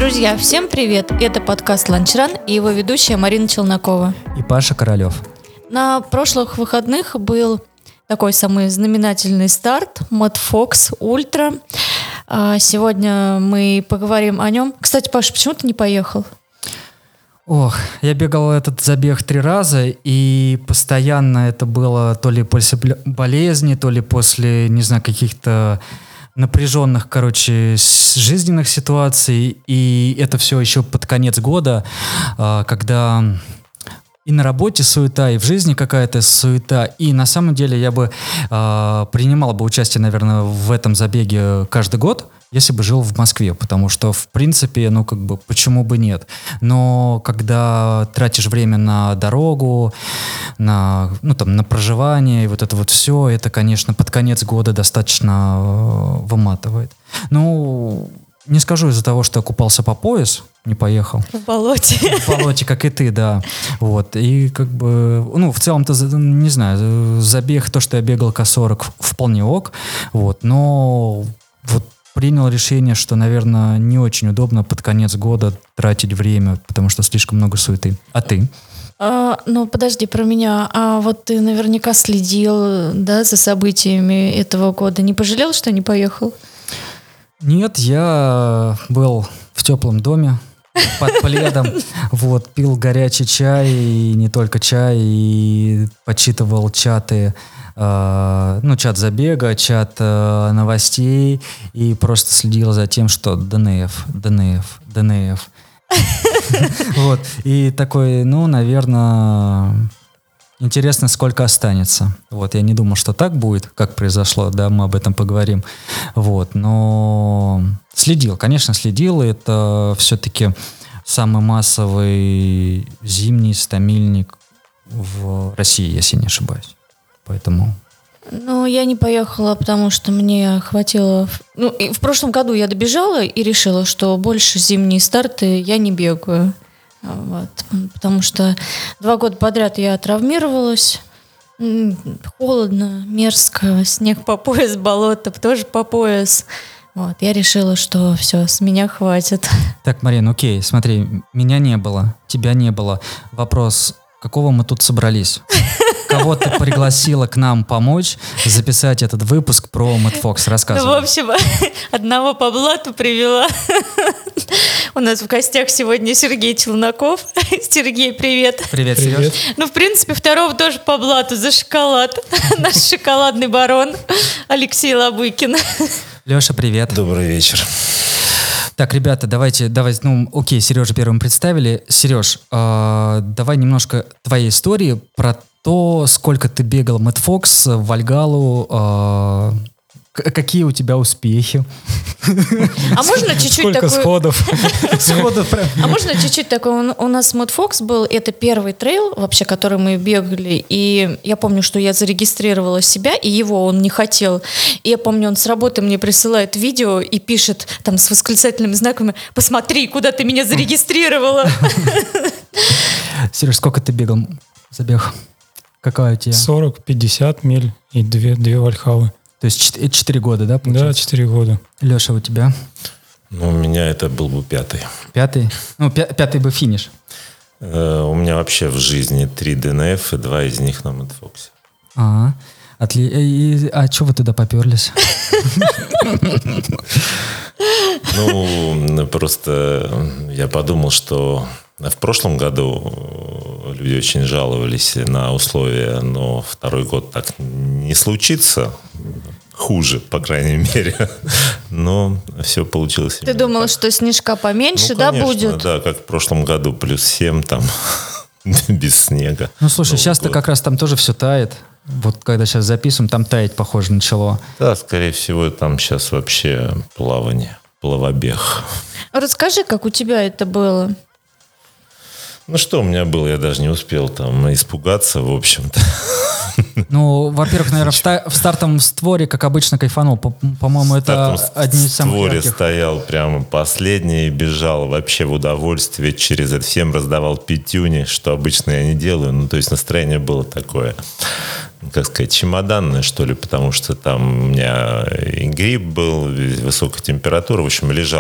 Друзья, всем привет! Это подкаст «Ланчран» и его ведущая Марина Челнокова. И Паша Королев. На прошлых выходных был такой самый знаменательный старт Mad Fox Ultra. Сегодня мы поговорим о нем. Кстати, Паша, почему ты не поехал? Ох, я бегал этот забег 3 раза, и постоянно это было то ли после болезни, то ли после, не знаю, каких-то напряженных, жизненных ситуаций. И это все еще под конец года, когда и на работе суета, и в жизни какая-то суета. И на самом деле я бы принимал бы участие, наверное, в этом забеге каждый год, если бы жил в Москве, потому что, в принципе, почему бы нет. Но когда тратишь время на дорогу, на проживание, и вот это вот все, это, конечно, под конец года достаточно выматывает. Не скажу из-за того, что я купался по пояс, не поехал. В болоте. В болоте, как и ты, да. Вот. И в целом-то, не знаю, забег, то, что я бегал К40, вполне ок. Вот. Но принял решение, что, наверное, не очень удобно под конец года тратить время, потому что слишком много суеты. А ты? Подожди, про меня. Вот ты наверняка следил, да, за событиями этого года. Не пожалел, что не поехал? Нет, я был в теплом доме под пледом, пил горячий чай, и не только чай, и почитывал чаты, чат забега, чат новостей, и просто следил за тем, что ДНФ. И такой, наверное, интересно, сколько останется. Я не думал, что так будет, как произошло, да, мы об этом поговорим. Но конечно, следил. Это все-таки самый массовый зимний стамильник в России, если не ошибаюсь. Поэтому... Я не поехала, потому что мне хватило... И в прошлом году я добежала и решила, что больше зимние старты я не бегаю. Потому что 2 года подряд я травмировалась. Холодно, мерзко, снег по пояс, болото тоже по пояс. Я решила, что все, с меня хватит. Так, Марин, окей, смотри, меня не было, тебя не было. Вопрос, какого мы тут собрались? Кого ты пригласила к нам помочь записать этот выпуск про Mad Fox? Рассказывай. В общем, одного по блату привела. У нас в гостях сегодня Сергей Челноков. Сергей, привет. Привет, Сереж. В принципе, второго тоже по блату за шоколад. Наш шоколадный барон Алексей Лобыкин. Леша, привет. Добрый вечер. Так, ребята, давайте, окей, Сережа первым представили. Сереж, давай немножко твоей истории про то, сколько ты бегал Mad Fox, Вальгалу, какие у тебя успехи. А можно чуть-чуть сколько такой... сходов? А можно чуть-чуть такой? У нас Mad Fox был, это первый трейл вообще, который мы бегали, и я помню, что я зарегистрировала себя, и его он не хотел. И я помню, он с работы мне присылает видео и пишет там с восклицательными знаками: «Посмотри, куда ты меня зарегистрировала». Сереж, сколько ты бегал забег? Какая у тебя? 40-50 миль и 2 вальхалы. То есть 4 года, да, получается? Да, 4 года. Леша, у тебя? У меня это был бы 5-й. 5-й? 5-й бы финиш. У меня вообще в жизни 3 ДНФ, и 2 из них на Mad Fox. А что вы туда поперлись? Просто я подумал, что в прошлом году люди очень жаловались на условия, но второй год так не случится. Хуже, по крайней мере. Но все получилось. Ты думал, что снежка поменьше, конечно, да, будет? Да, как в прошлом году, +7 там, без снега. Слушай, сейчас-то как раз там тоже все тает. Когда сейчас записываем, там таять, похоже, начало. Да, скорее всего, там сейчас вообще плавобег. Расскажи, как у тебя это было? Что у меня было, я даже не успел там испугаться, в общем-то. Во-первых, наверное, в стартовом створе, как обычно, кайфанул. По-моему, это одни из самых ярких. В створе ярких. стоял прямо последний и бежал вообще в удовольствие. Через это всем раздавал пятюни, что обычно я не делаю. То есть настроение было такое, как сказать, чемоданное, что ли, потому что там у меня и грипп был, высокая температура. В общем, лежал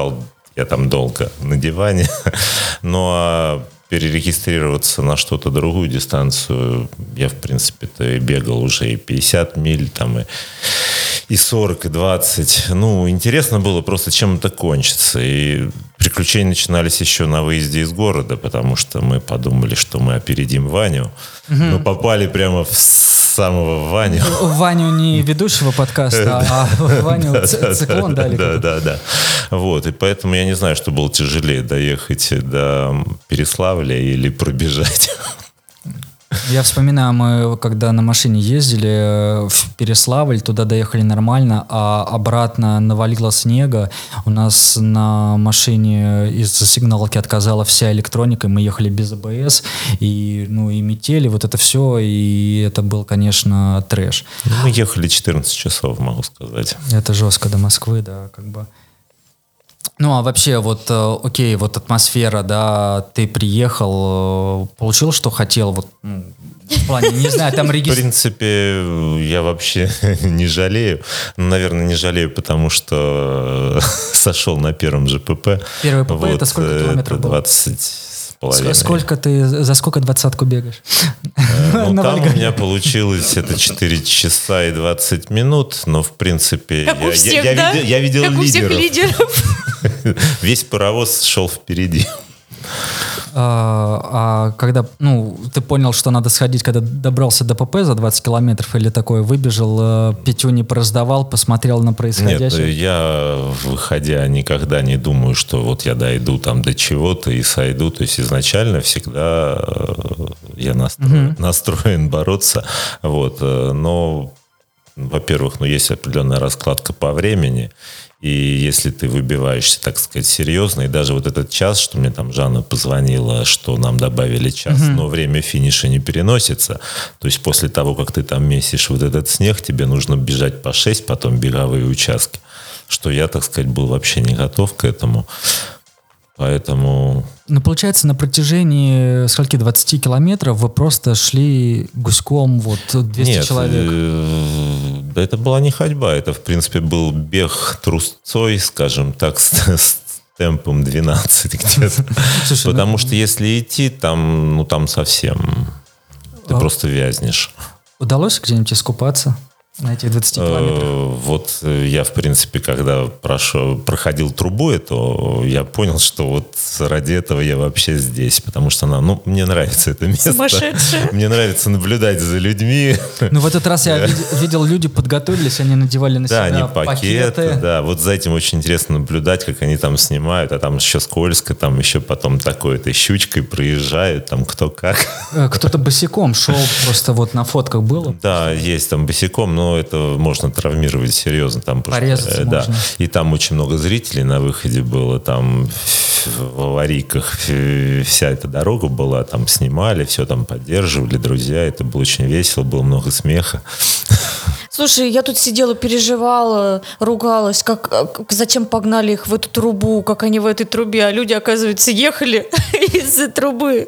я там долго на диване. Ну, а перерегистрироваться на что-то другую дистанцию я, в принципе-то, и бегал уже и 50 миль, там, и 40, и 20. Ну, интересно было просто, чем это кончится. И приключения начинались еще на выезде из города, потому что мы подумали, что мы опередим Ваню. Мы попали прямо в самого Ваню. Ваню не ведущего подкаста, а Ваню циклон дали. Да. Вот, и поэтому я не знаю, что было тяжелее, доехать до Переславля или пробежать. Я вспоминаю, мы когда на машине ездили в Переславль, туда доехали нормально, а обратно навалило снега. У нас на машине из-за сигналки отказала вся электроника, мы ехали без АБС, и метели, вот это все, и это был, конечно, трэш. Мы ехали 14 часов, могу сказать. Это жестко до Москвы, да, как бы. Ну, а вообще, вот, окей, вот атмосфера, да, ты приехал, получил, что хотел, вот, в плане, не знаю, там В принципе, я вообще не жалею. Наверное, не жалею, потому что сошел на первом же ПП. Первый ПП, это сколько километров было? 20 с половиной. За сколько 20-ку бегаешь? Ну, там у меня получилось это 4 часа и 20 минут, но, в принципе, я видел лидеров. Весь паровоз шел впереди. А когда, ты понял, что надо сходить, когда добрался до ПП за 20 километров, или такое, выбежал, пятюни пораздавал, посмотрел на происходящее? Нет, я, выходя, никогда не думаю, что вот я дойду там до чего-то и сойду. То есть изначально всегда я настроен бороться. Вот. Но, во-первых, есть определенная раскладка по времени. И если ты выбиваешься, так сказать, серьезно, и даже вот этот час, что мне там Жанна позвонила, что нам добавили час, но время финиша не переносится, то есть после того, как ты там месишь вот этот снег, тебе нужно бежать по 6, потом беговые участки, что я, так сказать, был вообще не готов к этому. Поэтому... Ну, получается, на протяжении скольки, 20 километров вы просто шли гуськом, вот 200 человек? Да это была не ходьба, это, в принципе, был бег трусцой, скажем так, с темпом 12 где-то. Потому что если идти, там совсем ты просто вязнешь. Удалось где-нибудь искупаться на этих 20 километрах? Вот я, в принципе, когда проходил трубу эту, я понял, что вот ради этого я вообще здесь, потому что мне нравится это место. Сумасшедшее. Мне нравится наблюдать за людьми. Ну, в этот раз я видел, люди подготовились, они надевали на себя они пакеты. Да, вот за этим очень интересно наблюдать, как они там снимают, а там еще скользко, там еще потом такой-то щучкой проезжают, там кто как. Кто-то босиком шел, просто вот на фотках было. Да, есть там босиком, но это можно травмировать серьезно. Там порезаться да. можно. И там очень много зрителей на выходе было, там в аварийках вся эта дорога была, там снимали, все там поддерживали, друзья, это было очень весело, было много смеха. Слушай, я тут сидела, переживала, ругалась, зачем погнали их в эту трубу, как они в этой трубе, а люди, оказывается, ехали из-за трубы.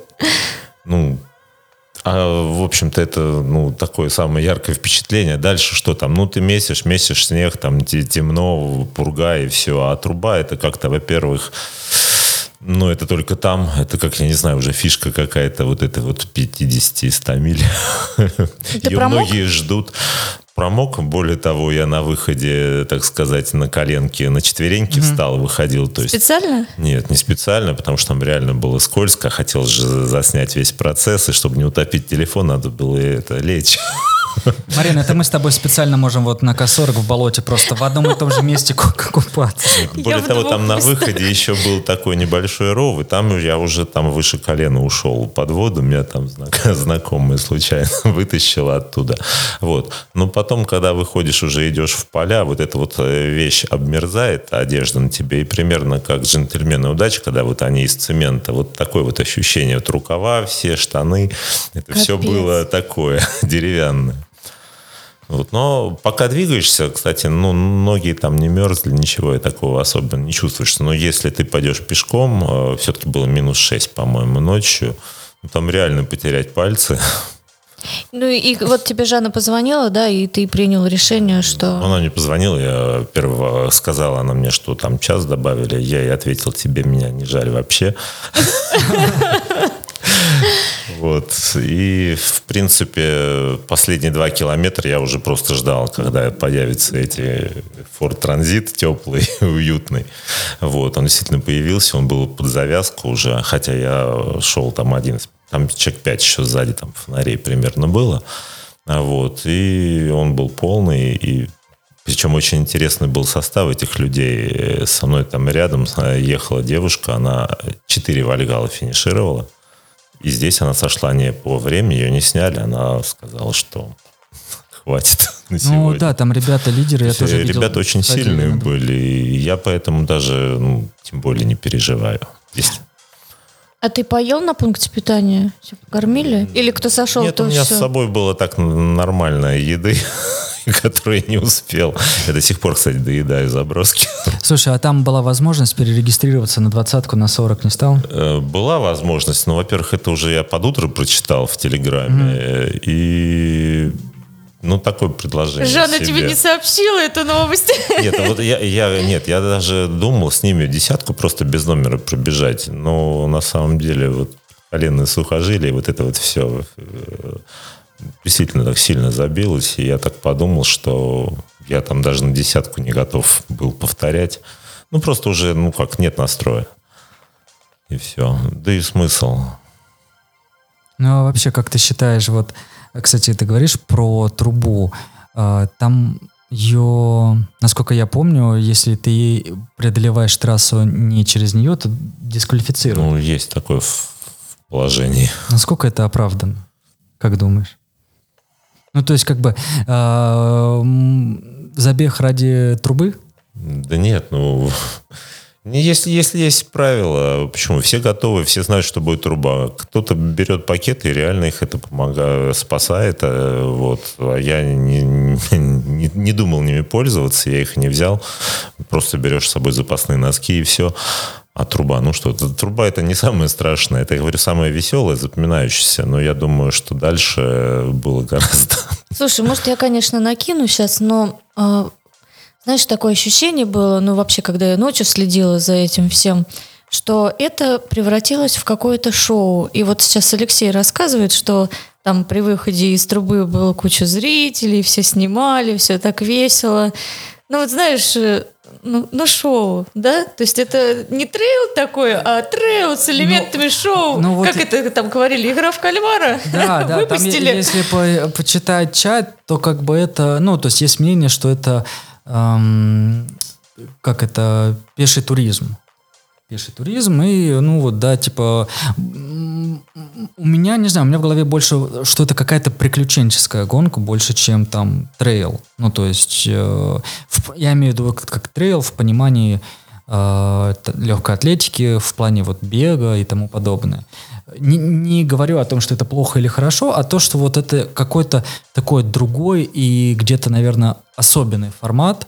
В общем-то, это, такое самое яркое впечатление. Дальше что там? Ты месишь снег, там темно, пурга и все. А труба, это как-то, во-первых, это только там. Это, как, я не знаю, уже фишка какая-то, вот это вот 50-100 миль. Ее многие ждут. Промок, более того, я на выходе, так сказать, на коленке, на четвереньки встал, выходил. То есть, специально? Нет, не специально, потому что там реально было скользко. Хотел же заснять весь процесс, и чтобы не утопить телефон, надо было лечь. Марина, это мы с тобой специально можем вот на Косорг в болоте просто в одном и том же месте купаться. Более того, там на выходе еще был такой небольшой ров, и там я уже там выше колена ушел под воду, меня там знакомая случайно вытащила оттуда. Вот. Но потом, когда выходишь, уже идешь в поля, вот эта вот вещь обмерзает, одежда на тебе, и примерно как джентльмены удачи, когда вот они из цемента, вот такое вот ощущение, вот рукава, все штаны, это Капец. Все было такое деревянное. Вот. Но пока двигаешься, кстати, ноги там не мерзли, ничего такого особенно не чувствуешь. Но если ты пойдешь пешком, все-таки было -6, по-моему, ночью, там реально потерять пальцы. Ну и вот тебе Жанна позвонила, да, и ты принял решение, что... Она не позвонила, я первого сказала она мне, что там час добавили, я ей ответил, тебе меня не жаль вообще. Вот. И, в принципе, последние 2 километра я уже просто ждал, когда появятся эти Ford Transit теплый, уютный. Вот. Он действительно появился, он был под завязку уже, хотя я шел там один, там человек 5 еще сзади, там фонарей примерно было. Вот. И он был полный, и причем очень интересный был состав этих людей. Со мной там рядом ехала девушка, она 4 Вальгалла финишировала. И здесь она сошла не по времени, ее не сняли. Она сказала, что хватит на сегодня. Ну да, там ребята-лидеры, я тоже видел. Ребята очень сильные были. И я поэтому даже, тем более, не переживаю. А ты поел на пункте питания? Все покормили? Или кто сошел, Нет, то у меня все? с собой было так нормально еды, которую я не успел. Я до сих пор, кстати, доедаю заброски. Слушай, а там была возможность перерегистрироваться на 20-ку, на 40 не стал? Была возможность, но, во-первых, это уже я под утро прочитал в Телеграме. И... такое предложение. Жанна себе. тебе не сообщила эту новость? Нет, вот я даже думал с ними 10-ку просто без номера пробежать. Но на самом деле вот коленные сухожилия, вот это вот все действительно так сильно забилось. И я так подумал, что я там даже на 10-ку не готов был повторять. Просто уже, нет настроя. И все. Да и смысл. А вообще, как ты считаешь, вот, кстати, ты говоришь про трубу, там ее, насколько я помню, если ты преодолеваешь трассу не через нее, то дисквалифицируют. Есть такое в положении. Насколько это оправдано? Как думаешь? То есть, забег ради трубы? Да нет, если есть правила, почему? Все готовы, все знают, что будет труба. Кто-то берет пакеты, и реально их это помогает, спасает. А я не думал ними пользоваться, я их не взял. Просто берешь с собой запасные носки и все. А труба, труба это не самое страшное. Это, я говорю, самое веселое, запоминающееся. Но я думаю, что дальше было гораздо... Слушай, может, я, конечно, накину сейчас, но... Знаешь, такое ощущение было, вообще, когда я ночью следила за этим всем, что это превратилось в какое-то шоу. И вот сейчас Алексей рассказывает, что там при выходе из трубы было куча зрителей, все снимали, все так весело. Знаешь, шоу, да? То есть это не трейл такой, а трейл с элементами шоу. Как это там говорили, игра в кальмара? Да, да, выпустили. Там, если почитать чат, то то есть есть мнение, что это пеший туризм. Пеший туризм, и, у меня, не знаю, у меня в голове больше, что это какая-то приключенческая гонка, больше, чем там трейл. То есть, я имею в виду как трейл в понимании легкой атлетики, в плане бега и тому подобное. Не говорю о том, что это плохо или хорошо, а то, что это какой-то такой другой и где-то, наверное, особенный формат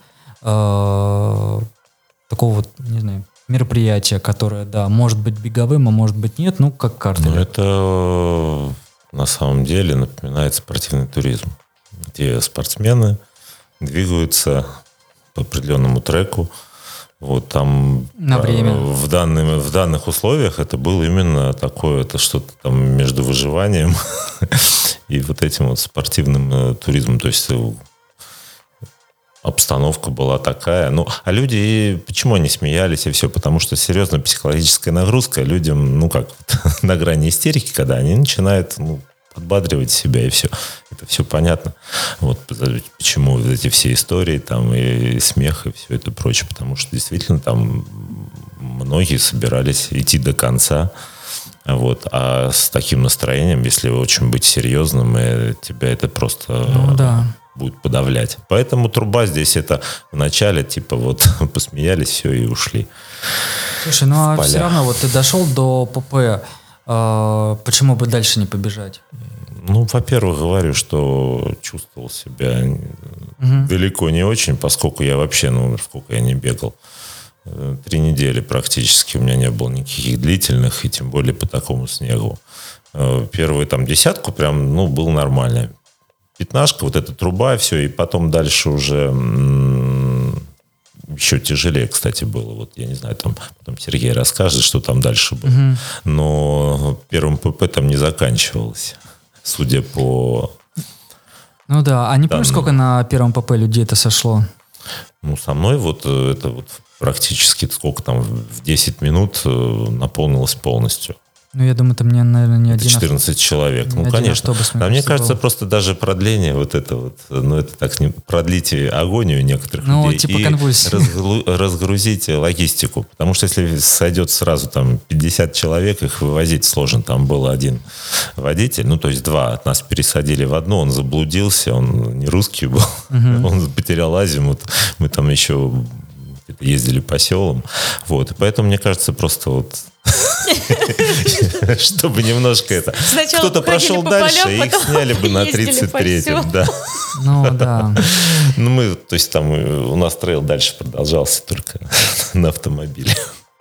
такого не знаю, мероприятия, которое, да, может быть беговым, а может быть нет, как карта. Это на самом деле напоминает спортивный туризм, где спортсмены двигаются по определенному треку. Там на время. В данных условиях это было именно такое, это что-то там между выживанием и этим спортивным туризмом. То есть обстановка была такая. А люди, почему они смеялись и все? Потому что серьезно психологическая нагрузка людям, на грани истерики, когда они начинают подбадривать себя, и все. Это все понятно. Почему эти все истории, там, и смех, и все это прочее. Потому что действительно там многие собирались идти до конца. А с таким настроением, если очень быть серьезным, тебя это просто будет подавлять. Поэтому труба здесь это в начале, посмеялись, все, и ушли. Слушай, а все равно ты дошел до ПП, почему бы дальше не побежать? Во-первых, говорю, что чувствовал себя далеко не очень, поскольку я вообще, сколько я не бегал. 3 недели практически у меня не было никаких длительных, и тем более по такому снегу. Первую там десятку прям, был нормально. 15-ка, вот эта труба, все, и потом дальше уже еще тяжелее, кстати, было. Вот я не знаю, там потом Сергей расскажет, что там дальше было. Но первым ПП там не заканчивалось, судя по... Ну да, а не помнишь, сколько на первом ПП людей-то сошло? Со мной это практически сколько там в 10 минут наполнилось полностью. Я думаю, там, наверное, не один... 14 человек. Конечно. А мне кажется, просто даже продление это так, продлите агонию некоторых людей типа и конвульсии. Разгрузить логистику. Потому что если сойдет сразу там 50 человек, их вывозить сложно. Там был один водитель, то есть 2. Нас пересадили в одно, он заблудился, он не русский был, он потерял азимут. Мы там еще ездили по селам. И поэтому, мне кажется, просто чтобы немножко кто-то прошел дальше, и их сняли бы на 33-м. Да. Да. То есть там у нас трейл дальше продолжался только на автомобиле.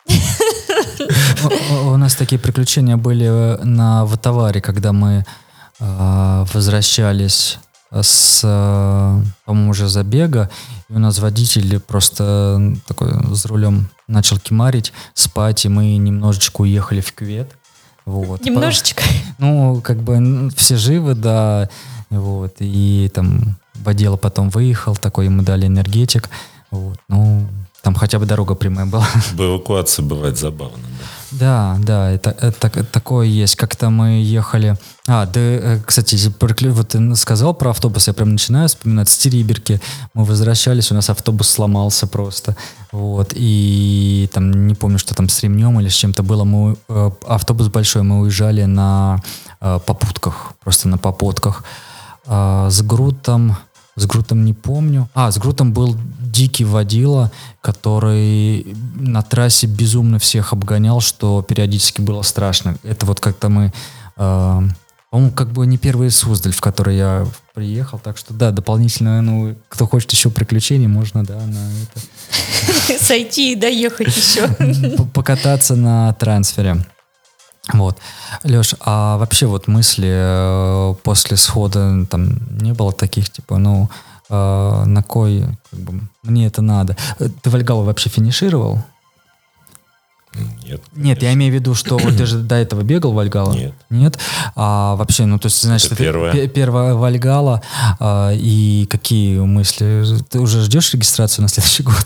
У нас такие приключения были на Ватаваре, когда мы возвращались по-моему, уже забега, и у нас водитель просто такой за рулем начал кимарить, спать, и мы немножечко уехали в кювет. Немножечко? Все живы, да, и там водила потом выехал, такой ему дали энергетик, там хотя бы дорога прямая была. В эвакуации бывает забавно, да. Да, это такое есть. Как-то мы ехали... кстати, вот ты сказал про автобус, я прям начинаю вспоминать. С Териберки мы возвращались, у нас автобус сломался просто. И там, не помню, что там с ремнем или с чем-то было. Автобус большой, мы уезжали на попутках, просто на попутках. С Грутом не помню. С Грутом был дикий водила, который на трассе безумно всех обгонял, что периодически было страшно. Это как-то мы... по-моему, не первый Суздаль, в который я приехал. Так что, да, дополнительно, кто хочет еще приключений, можно, да, на это... Сойти и доехать еще. Покататься на трансфере. Леш, а вообще мысли после схода там не было таких, на кой мне это надо? Ты Вальгалу вообще финишировал? Нет. Нет, я имею в виду, что ты же до этого бегал Вальгала? Нет. Нет? А вообще, то есть, значит, это первая Вальгала, и какие мысли? Ты уже ждешь регистрацию на следующий год?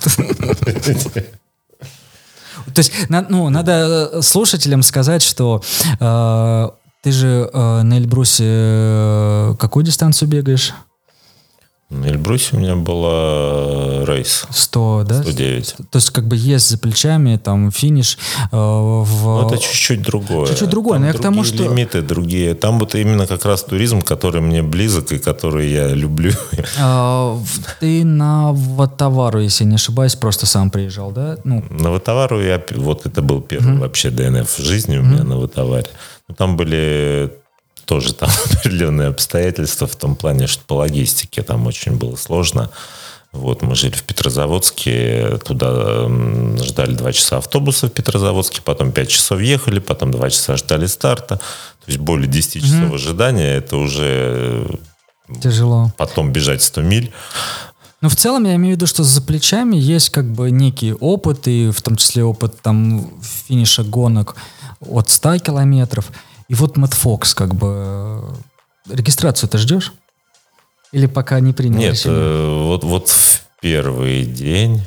То есть, надо слушателям сказать, что ты же на Эльбрусе какую дистанцию бегаешь? На Эльбрусе у меня была рейс. 100, да? 109. То есть, есть за плечами, там, финиш. Это чуть-чуть другое. Чуть-чуть другое, но я к тому, что... лимиты другие. Там именно как раз туризм, который мне близок и который я люблю. Ты на Ватавару, если не ошибаюсь, просто сам приезжал, да? На Ватавару это был первый вообще ДНФ в жизни у меня на Ватаваре. Там были... Тоже там определенные обстоятельства в том плане, что по логистике там очень было сложно. Мы жили в Петрозаводске, туда ждали 2 часа автобуса в Петрозаводске, потом 5 часов ехали, потом 2 часа ждали старта. То есть более 10 часов ожидания, это уже... Тяжело. Потом бежать 100 миль. В целом я имею в виду, что за плечами есть некий опыт, и в том числе опыт там финиша гонок от 100 километров. И Мэтт Фокс, регистрацию ты ждешь? Или пока не принял решение? Нет, в первый день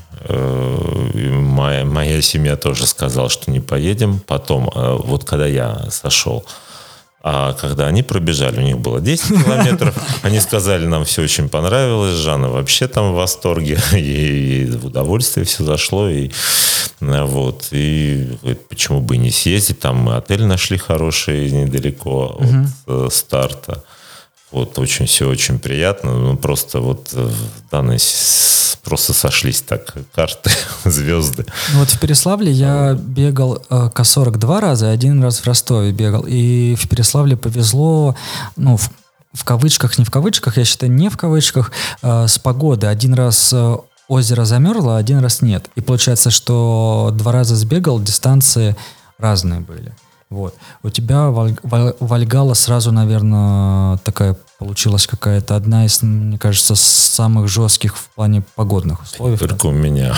моя семья тоже сказала, что не поедем. Потом, когда я сошел, а когда они пробежали, у них было 10 километров, они сказали, нам все очень понравилось, Жанна вообще там в восторге, и в удовольствие все зашло, и говорит, почему бы и не съездить, там мы отель нашли хороший недалеко от старта. Очень все очень приятно, просто в данной просто сошлись так карты, звезды. В Переславле я бегал К-40 2 раза, 1 раз в Ростове бегал, и в Переславле повезло, в кавычках, не в кавычках, я считаю, не в кавычках, с погодой. 1 раз озеро замерзло, а один раз нет. И получается, что 2 раза сбегал, дистанции разные были. Вот. У тебя Вальгалла сразу, наверное, такая получилась какая-то одна из, мне кажется, самых жестких в плане погодных условий. Только у меня.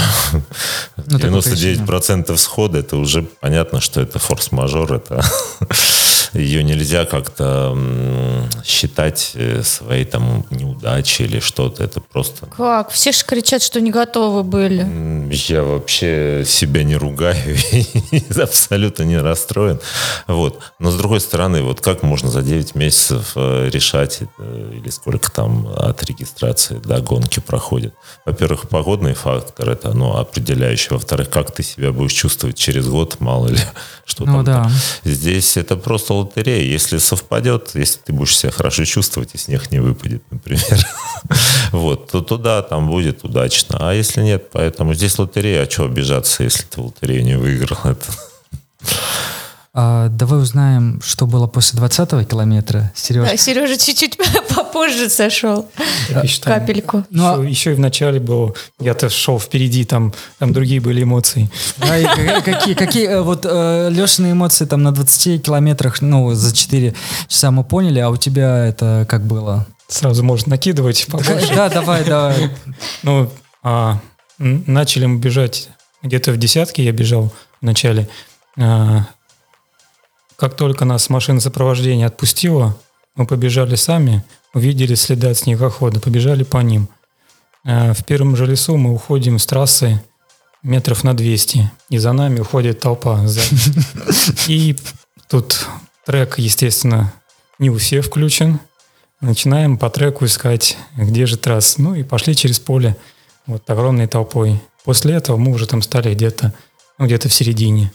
99% схода, это уже понятно, что это форс-мажор, это ее нельзя как-то считать своей там неудачей или что-то, это просто... Как? Все же кричат, что не готовы были. Я вообще себя не ругаю и абсолютно не расстроен. Вот. Но с другой стороны, вот как можно за 9 месяцев решать, или сколько там от регистрации до гонки проходит? Во-первых, погодный фактор, это определяющий. Во-вторых, как ты себя будешь чувствовать через год, мало ли, что там. Да. Здесь это просто лотерея. Если совпадет, если ты будешь себя хорошо чувствовать, и снег не выпадет, например, вот, то туда там будет удачно. А если нет, поэтому здесь лотерея, а что обижаться, если ты в лотерею не выиграл? Это... Давай узнаем, что было после 20-го километра. Да, Сережа чуть-чуть попозже сошел. Капельку. Еще и в начале было. Я-то шел впереди, там другие были эмоции. Какие вот Лешины эмоции там на 20 километрах, за 4 часа мы поняли, а у тебя это как было? Сразу может накидывать побольше. Да, давай. Начали мы бежать где-то в десятке, я бежал в начале. Как только нас машина сопровождения отпустила, мы побежали сами, увидели следы от снегохода, побежали по ним. В первом же лесу мы уходим с трассы метров на 200, и за нами уходит толпа сзади. И тут трек, естественно, не у всех включен. Начинаем по треку искать, где же трасса. И пошли через поле вот огромной толпой. После этого мы уже там стали где-то в середине.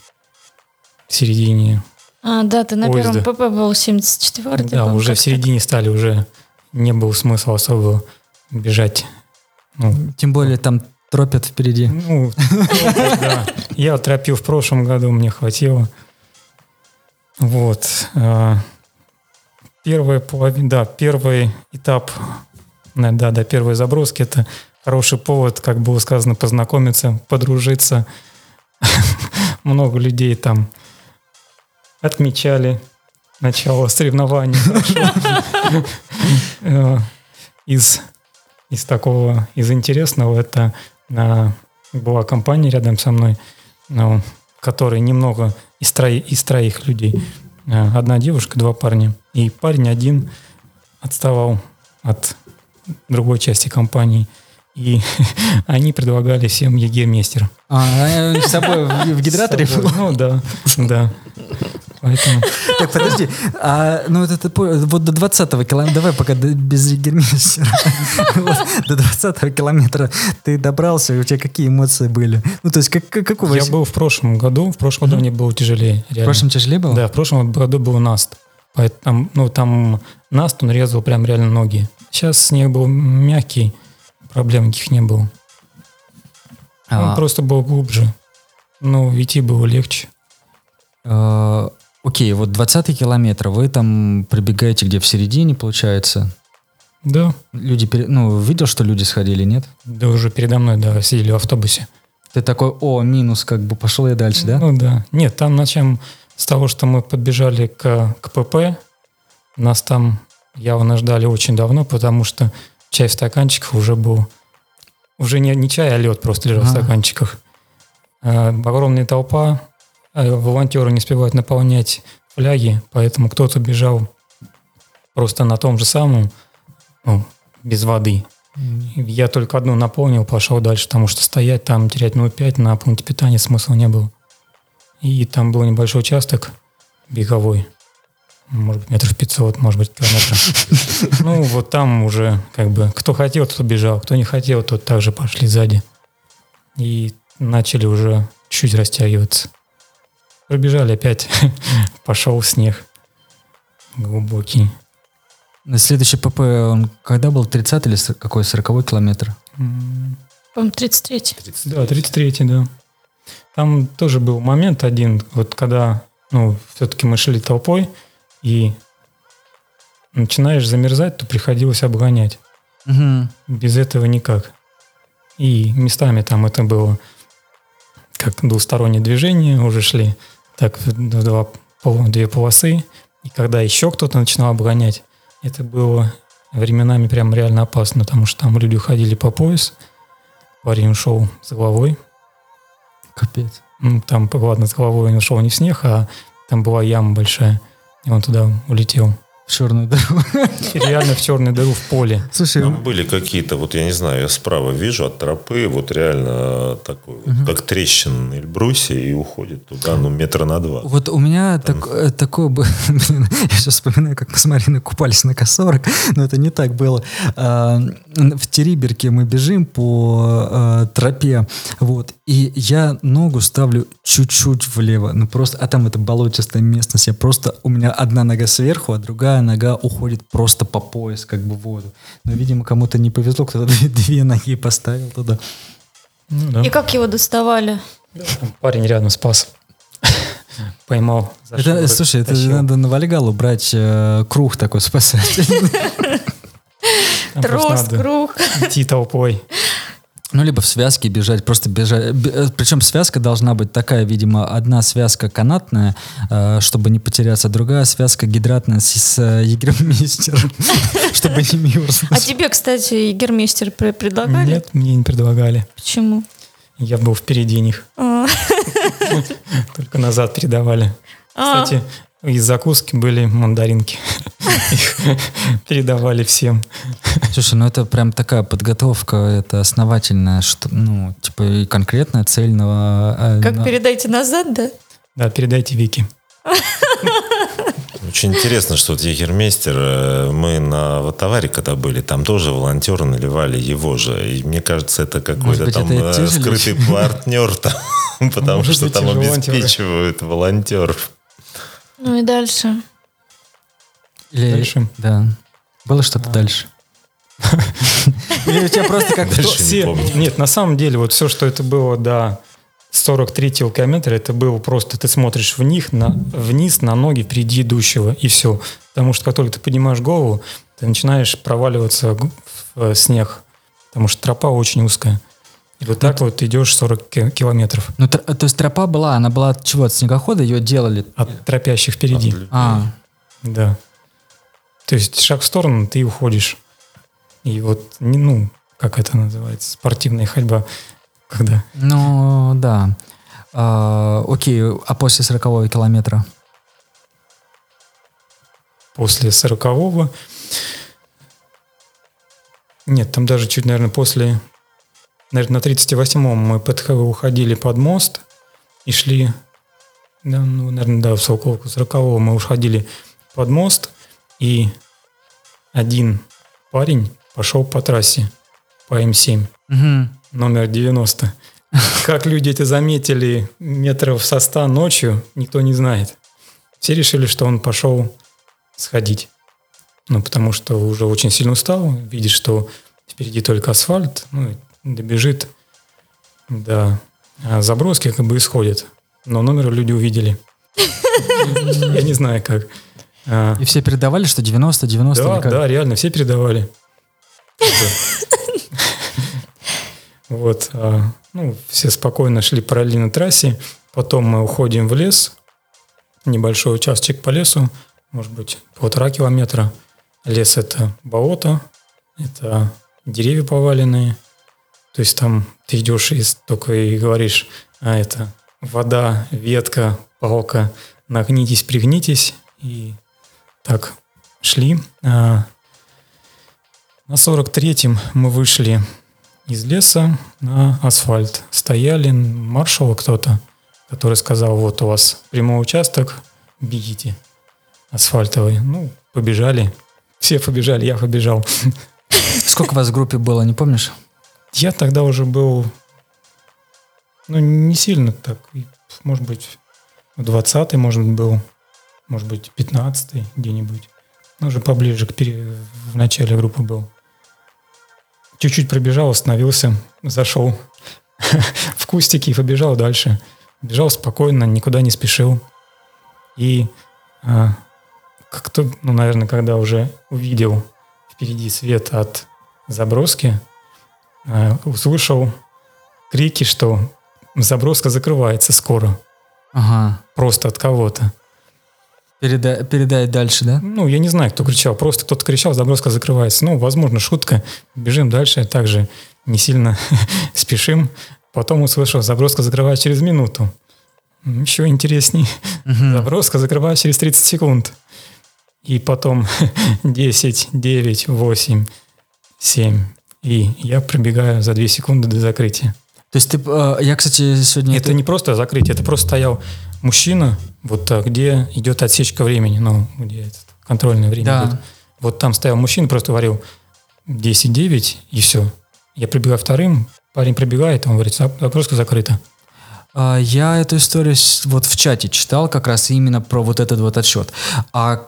Да, ты на поезда. первом ПП был 74-й. Да, уже в середине стали, уже не было смысла особо бежать. Тем более там тропят впереди. Да. Я тропил в прошлом году, мне хватило. Вот. Первый этап, до первой заброски, это хороший повод, как было сказано, познакомиться, подружиться. Много людей там отмечали начало соревнований. Из интересного, это была компания рядом со мной, которая немного из троих людей. Одна девушка, 2 парня. И парень один отставал от другой части компании. И они предлагали всем егермейстер. С собой в гидраторе был? Да. Поэтому... Так, подожди. Вот до 20-го километра, давай пока без егермейстера. До 20-го километра ты добрался, и у тебя какие эмоции были? То есть, как у вас? Я был в прошлом году мне было тяжелее. В прошлом тяжелее было? Да, в прошлом году был наст. Поэтому, там наст, он резал прям реально ноги. Сейчас снег был мягкий, проблем никаких не было. Он просто был глубже. Идти было легче. Окей, вот 20-й километр, вы там прибегаете где, в середине, получается? Да. Люди, видел, что люди сходили, нет? Да, уже передо мной, сидели в автобусе. Ты такой, минус, пошел я дальше, да? Да. Нет, там начнем с того, что мы подбежали к ПП. Нас там явно ждали очень давно, потому что чай в стаканчиках уже был. Уже не чай, а лед просто лежал в стаканчиках. Огромная толпа. Волонтеры не успевают наполнять фляги, поэтому кто-то бежал просто на том же самом, без воды. Я только одну наполнил, пошел дальше, потому что стоять там, терять минут 5 на пункте питания смысла не было. И там был небольшой участок беговой, может быть, метров 500, может быть, километров. Вот там уже кто хотел, тот бежал, кто не хотел, тот также пошли сзади. И начали уже чуть растягиваться. Пробежали опять, пошел снег глубокий. На следующий ПП он когда был? 30 или какой? 40-й километр? По-моему, 33-й. Да, 33-й, да. Там тоже был момент один, вот когда, все-таки мы шли толпой, и начинаешь замерзать, то приходилось обгонять. Угу. Без этого никак. И местами там это было как двустороннее движение, уже шли так две полосы. И когда еще кто-то начинал обгонять, это было временами прям реально опасно, потому что там люди уходили по пояс, парень ушел с головой. Капец. Ну, там, ладно, с головой он ушел не в снег, а там была яма большая, и он туда улетел. В черную дыру. И реально в черную дыру в поле. Слушай, Там были какие-то, вот я не знаю, я справа вижу от тропы, вот реально такой, вот, как трещина на Эльбрусе, и уходит туда, ну, метра на 2. вот у меня такое было... Блин, я сейчас вспоминаю, как мы с Мариной купались на К-40, но это не так было. В Териберке мы бежим по тропе, вот, и я ногу ставлю чуть-чуть влево, ну просто, а там это болотистая местность, у меня одна нога сверху, а другая нога уходит просто по пояс, как бы в воду. Но, видимо, кому-то не повезло, кто-то две ноги поставил туда. Ну, да. И как его доставали? Там парень рядом спас. Поймал. за шиворот, Слушай, это тащил. надо на Вальгалу брать круг такой спасательный. Там просто Трос, надо круг. идти толпой. Ну, либо в связке бежать, просто бежать. Причем связка должна быть такая, видимо, одна связка канатная, чтобы не потеряться, другая связка гидратная с егермейстером, чтобы не мерзнуть. А тебе, кстати, егермейстер предлагали? Нет, мне не предлагали. Почему? Я был впереди них. Только назад передавали. Кстати, из закуски были мандаринки. Их передавали всем. Слушай, ну это прям такая подготовка, это основательная, что, ну, типа и конкретная, цельного. Как передайте назад, да? Да, передайте Вике. Очень интересно, что вот егермейстер, мы на Ватаваре когда были, там тоже волонтеры наливали его же. И мне кажется, это какой-то быть, там это те же скрытый партнер там, потому Может что быть, там те же волонтеры. обеспечивают волонтеров. Ну и дальше. Или, Дальше? Да. Было что-то дальше? Или у тебя просто как Дальше не помню. Нет, на самом деле, вот все, что это было до 43-го километра, это было просто, ты смотришь вниз на ноги впереди идущего, и все. Потому что как только ты поднимаешь голову, ты начинаешь проваливаться в снег, потому что тропа очень узкая. И вот так вот идешь 40 километров Ну, то есть тропа была, она была от чего? От снегохода ее делали? от тропящих впереди. А, Да. То есть шаг в сторону, ты уходишь. И вот, ну, как это называется, спортивная ходьба, когда... ну, да. Окей, а после 40-го километра? После 40-го... Нет, там даже чуть, наверное, после... Наверное, на 38-м мы уходили под мост и шли... Да, ну, наверное, да, в около 40-го мы уходили под мост, и один парень пошел по трассе, по М7, Угу. номер 90. Как люди это заметили метров со 100 ночью, никто не знает. Все решили, что он пошел сходить. Ну, потому что уже очень сильно устал, видит, что впереди только асфальт, ну, и добежит до заброски, как бы исходит. Но номер люди увидели. Я не знаю, как. И все передавали, что 90, 90 Да, или как? да, реально, все передавали. Вот, ну, все спокойно шли параллельно трассе. Потом мы уходим в лес, небольшой участок по лесу, может быть, 1,5 километра. Лес – это болото, это деревья поваленные. То есть там ты идешь только и говоришь, это вода, ветка, палка, нагнитесь, пригнитесь. И так шли. На 43-м мы вышли из леса на асфальт. Стояли маршал кто-то, который сказал, вот у вас прямой участок, бегите, асфальтовый. Ну, побежали. Все побежали, я побежал. Сколько вас в группе было, не помнишь? Я тогда уже был, ну, не сильно так. Может быть, 20-й, может быть, был. Может быть, 15-й где-нибудь. Ну, уже поближе в начале группы был. Чуть-чуть пробежал, остановился, зашел в кустики и побежал дальше. Бежал спокойно, никуда не спешил. И как-то, ну, наверное, когда уже увидел впереди свет от заброски, услышал крики, что заброска закрывается скоро. Ага. Просто от кого-то. Передай дальше, да? Ну, я не знаю, кто кричал. Просто кто-то кричал, заброска закрывается. Ну, возможно, шутка. Бежим дальше. Также не сильно спешим. Потом услышал, заброска закрывается через минуту. Еще интересней. Заброска закрывается через 30 секунд. И потом 10, 9, 8, 7. И я пробегаю за 2 секунды до закрытия. То есть я, кстати, сегодня... Это не просто закрытие, это просто стоял мужчина, вот где идет отсечка времени, ну, где это контрольное время Да. идет. Вот там стоял мужчина, просто говорил 10-9, и все. Я прибегаю вторым, парень пробегает, он говорит, заброска закрыта. Я эту историю вот в чате читал как раз именно про вот этот вот отсчет. А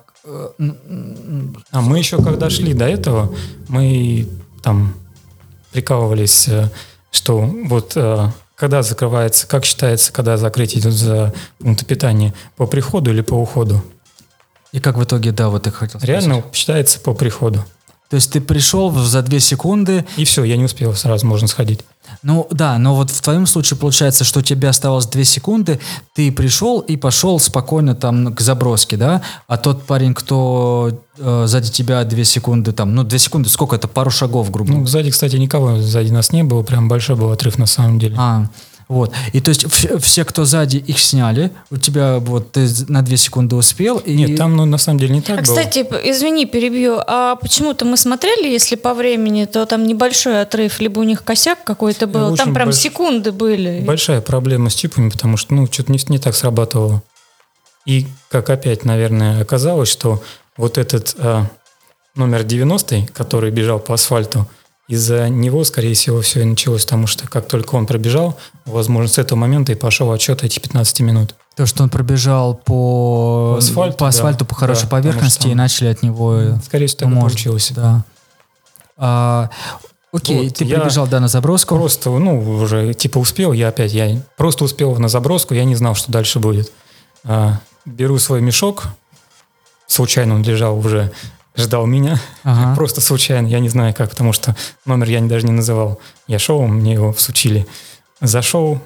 мы еще, когда шли до этого, мы там прикалывались, что вот когда закрывается, как считается, когда закрытие идет за пункты питания, по приходу или по уходу? И как в итоге, да, вот я хотел спросить. Реально считается по приходу. То есть ты пришел за 2 секунды. И все, я не успел, сразу можно сходить. Ну да, но вот в твоем случае получается, что у тебя оставалось 2 секунды, ты пришел и пошел спокойно там к заброске, да? А тот парень, кто сзади тебя 2 секунды там, ну 2 секунды, сколько это? Пару шагов, грубо говоря. Ну, сзади, кстати, никого сзади нас не было, прям большой был отрыв на самом деле. Вот. И то есть все, кто сзади, их сняли, у тебя вот ты на 2 секунды успел. И... Нет, там, ну, на самом деле не так было. Кстати, извини, перебью, а почему-то мы смотрели, если по времени, то там небольшой отрыв, либо у них косяк какой-то был, там прям секунды были. Большая проблема с чипами, потому что, ну, что-то не так срабатывало. И, как опять, наверное, оказалось, что вот этот номер 90, который бежал по асфальту, из-за него, скорее всего, все и началось, потому что как только он пробежал, возможно, с этого момента и пошел отчет эти 15 минут. То, что он пробежал по асфальту, по хорошей поверхности, и начали от него... Скорее всего, так и получилось. Да. Окей, вот, ты прибежал, да, на заброску? Просто, ну, уже типа успел, я просто успел на заброску, я не знал, что дальше будет. Беру свой мешок, случайно он лежал уже... ждал меня, просто случайно, я не знаю как, потому что номер я даже не называл. Я шел, мне его всучили. Зашел,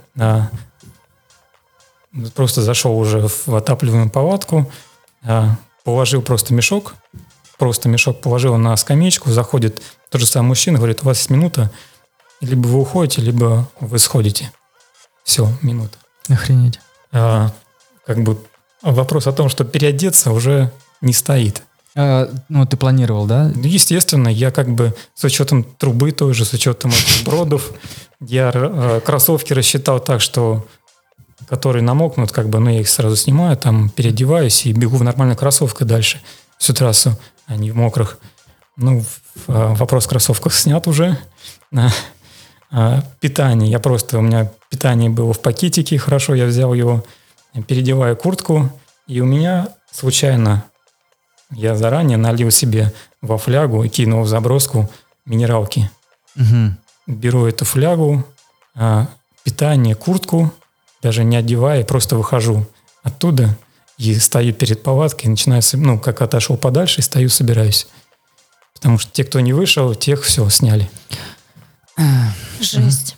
просто зашел уже в отапливаемую палатку, положил просто мешок положил на скамеечку, заходит тот же самый мужчина, говорит, у вас есть минута, либо вы уходите, либо вы сходите. Все, минута. Охренеть. Как бы вопрос о том, что переодеться, уже не стоит. Ну, ты планировал, да? Естественно, я как бы с учетом трубы той же, с учетом этих бродов, я кроссовки рассчитал так, что которые намокнут, как бы, ну, я их сразу снимаю, там, переодеваюсь и бегу в нормальных кроссовках дальше всю трассу, а не в мокрых. Ну, вопрос в кроссовках снят уже. Питание. У меня питание было в пакетике, хорошо, я взял его, переодеваю куртку, и у меня случайно я заранее налил себе во флягу и кинул в заброску минералки. Беру эту флягу, питание, куртку, даже не одевая, просто выхожу оттуда и стою перед палаткой, начинаю, ну, как отошел подальше, и стою, собираюсь. Потому что те, кто не вышел, тех все сняли. Жесть.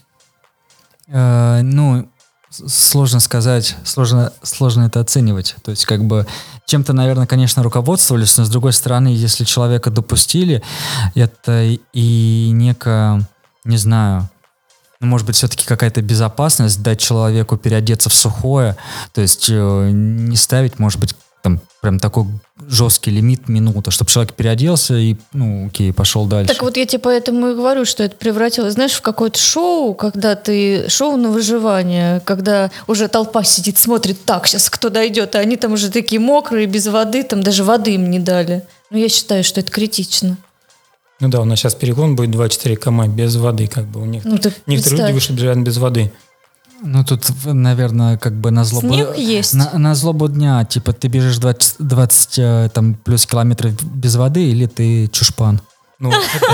Ну, сложно сказать, сложно это оценивать. То есть, как бы, чем-то, наверное, конечно, руководствовались, но, с другой стороны, если человека допустили, это и некая, не знаю, ну, может быть, все-таки какая-то безопасность, дать человеку переодеться в сухое, то есть не ставить, может быть, там прям такой жесткий лимит минута, чтобы человек переоделся и, ну, окей, пошел дальше. Так вот я тебе поэтому и говорю, что это превратилось, знаешь, в какое-то шоу, когда ты шоу на выживание, когда уже толпа сидит, смотрит, так, сейчас кто дойдет, а они там уже такие мокрые, без воды, там даже воды им не дали. Но я считаю, что это критично. Ну да, у нас сейчас перегон будет 24 км без воды, как бы у них. Ну, некоторые люди вышли бежать без воды. Ну, тут, наверное, как бы на злобу... Снег есть. На злобу дня, типа, ты бежишь 20 там, плюс километров без воды, или ты чушпан? Ну,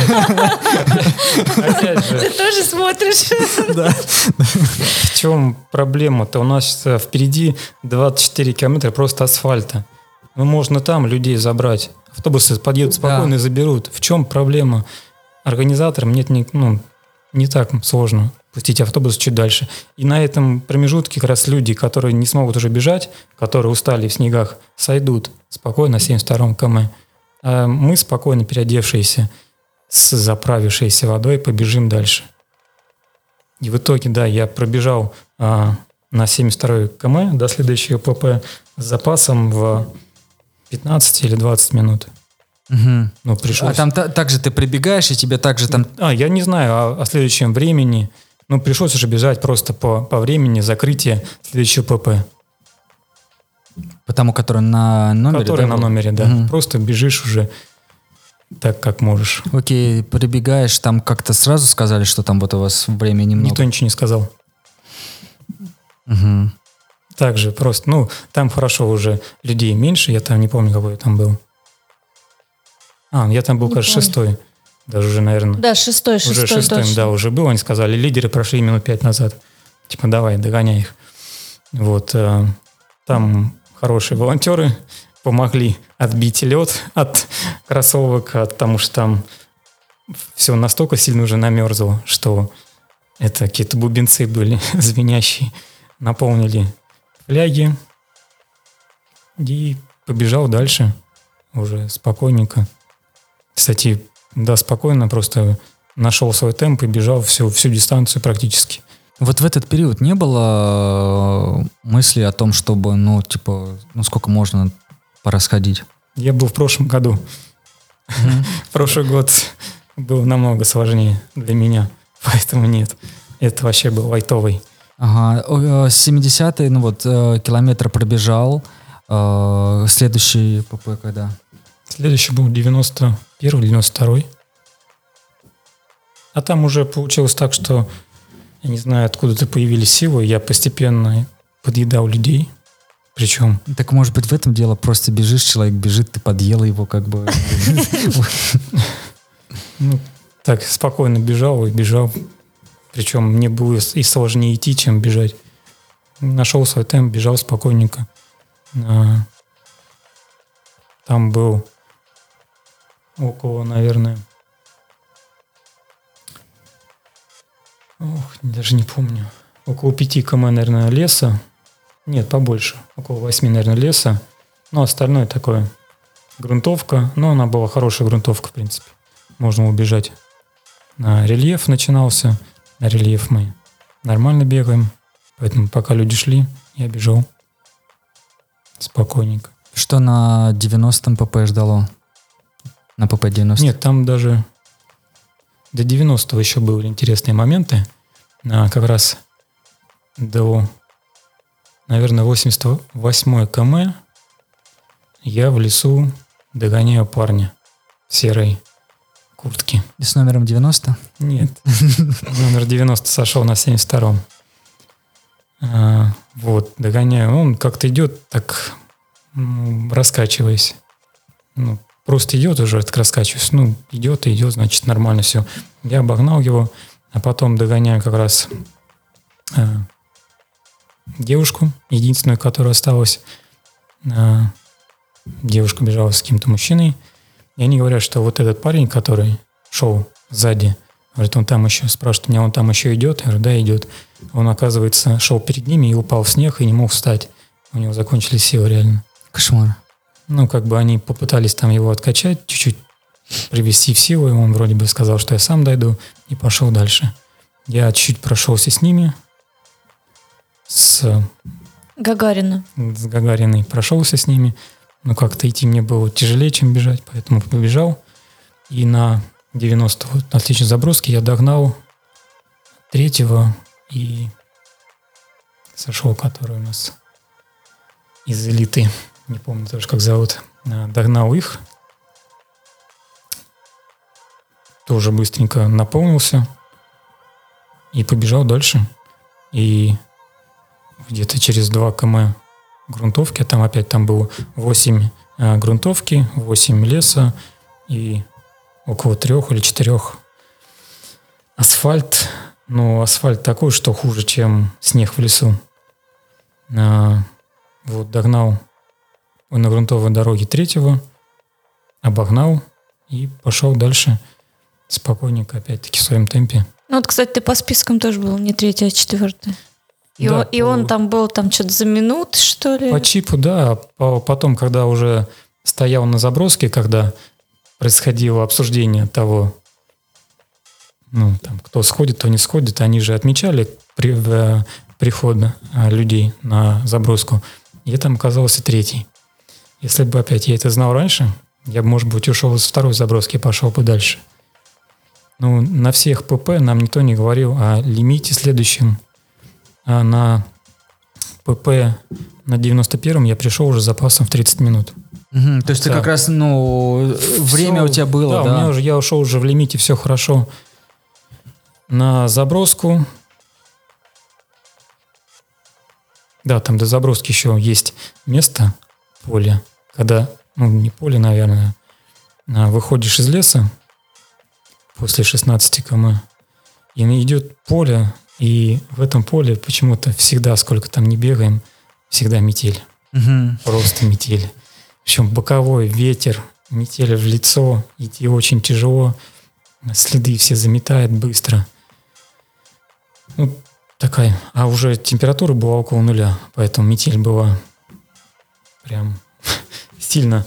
опять же. Ты тоже смотришь. Да. В чем проблема-то? У нас впереди 24 километра просто асфальта. Ну, можно там людей забрать. Автобусы подъедут спокойно и заберут. В чем проблема? Организаторам нет не так сложно пустить автобус чуть дальше. И на этом промежутке как раз люди, которые не смогут уже бежать, которые устали в снегах, сойдут спокойно на 72-м км. А мы, спокойно переодевшиеся, с заправившейся водой, побежим дальше. И в итоге, да, я пробежал на 72-й км до следующего ПП с запасом в 15 или 20 минут. Мгм. Ну, пришлось... А там также ты прибегаешь, и тебе также там... Я не знаю о следующем времени. Ну, пришлось уже бежать просто по времени закрытия следующего ПП. По тому, который на номере, Который да, на был? номере, да. Мгм. Просто бежишь уже так, как можешь. Окей, прибегаешь, там как-то сразу сказали, что там вот у вас времени немного? Никто ничего не сказал. Мгм. Так же просто, ну, там хорошо уже людей меньше, я там не помню, какой я там был. Я там был, Не кажется, помню. 6-й. Даже уже, наверное. Да, шестой Уже 6-м, точно. да, уже был. Они сказали, лидеры прошли минут 5 назад. Типа, давай, догоняй их. Вот. Там хорошие волонтеры помогли отбить лед от кроссовок, потому что там все настолько сильно уже намерзло, что это какие-то бубенцы были звенящие. Наполнили фляги и побежал дальше уже спокойненько. Кстати, да, спокойно, просто нашел свой темп и бежал всю дистанцию практически. Вот в этот период не было мысли о том, чтобы, сколько можно порасходить? Я был в прошлом году. Прошлый год был намного сложнее для меня, поэтому нет. Это вообще был лайтовый. Ага, 70-й, километр пробежал. Следующий ПП когда? Следующий был 91-й, 92-й. А там уже получилось так, что я не знаю, откуда-то появились силы, я постепенно подъедал людей. Причем... Так, может быть, в этом дело? Просто бежишь, человек бежит, ты подъела его как бы. Так, спокойно бежал и бежал. Причем мне было и сложнее идти, чем бежать. Нашел свой темп, бежал спокойненько. Там был около, наверное... даже не помню. Около 5 км, наверное, леса. Нет, побольше. Около 8, наверное, леса. Но остальное такое грунтовка. Но она была хорошая грунтовка, в принципе. Можно убежать. Рельеф начинался. На рельеф мы нормально бегаем. Поэтому пока люди шли, я бежал спокойненько. Что на 90-м ПП ждало? На ПП 90? Нет, там даже до 90-го еще были интересные моменты. Как раз до, наверное, 88 км я в лесу догоняю парня в серой куртке. И с номером 90? Нет. Номер 90 сошел на 72-м. Вот, догоняю. Он как-то идет так, раскачиваясь. Просто идет уже, так раскачиваясь. Идет и идет, значит, нормально все. Я обогнал его, а потом догоняю как раз девушку, единственную, которая осталась. Девушка бежала с каким-то мужчиной. И они говорят, что вот этот парень, который шел сзади, говорит, он там еще, спрашивает меня, он там еще идет? Я говорю, да, идет. Он, оказывается, шел перед ними и упал в снег и не мог встать. У него закончились силы реально. Кошмар. Они попытались там его откачать, чуть-чуть привести в силу, и он вроде бы сказал, что я сам дойду, и пошел дальше. Я чуть-чуть прошелся с ними, с Гагариной прошелся с ними, но как-то идти мне было тяжелее, чем бежать, поэтому побежал. И на 90 на отличной заброске я догнал 3-го и сошел, который у нас из элиты, не помню тоже, как зовут, догнал их. Тоже быстренько наполнился и побежал дальше. И где-то через 2 км грунтовки, а там опять было 8 грунтовки, 8 леса и около 3 или 4 асфальт. Но асфальт такой, что хуже, чем снег в лесу. Вот догнал на грунтовой дороге 3-го, обогнал и пошел дальше спокойненько, опять-таки, в своем темпе. Ну вот, кстати, ты по спискам тоже был не 3-й, а 4-й. Да, И он там был там что-то за минут, что ли? По чипу, да. Потом, когда уже стоял на заброске, когда происходило обсуждение того, ну, там, кто сходит, кто не сходит, они же отмечали приход людей на заброску. Я там оказался 3-й. Если бы опять я это знал раньше, я бы, может быть, ушел с 2-й заброски и пошел бы дальше. Ну, на всех ПП нам никто не говорил о лимите следующем. А на ПП на 91-м я пришел уже с запасом в 30 минут. То есть ты как раз, время у тебя было, да? Я ушел уже в лимите, все хорошо. На заброску. Да, там до заброски еще есть место, поле. Когда, не поле, наверное, выходишь из леса после 16 км, и идет поле, и в этом поле почему-то всегда, сколько там не бегаем, всегда метель. Просто метель. Причем боковой ветер, метель в лицо, идти очень тяжело, следы все заметает быстро. Ну, такая. А уже температура была около 0, поэтому метель была прям сильно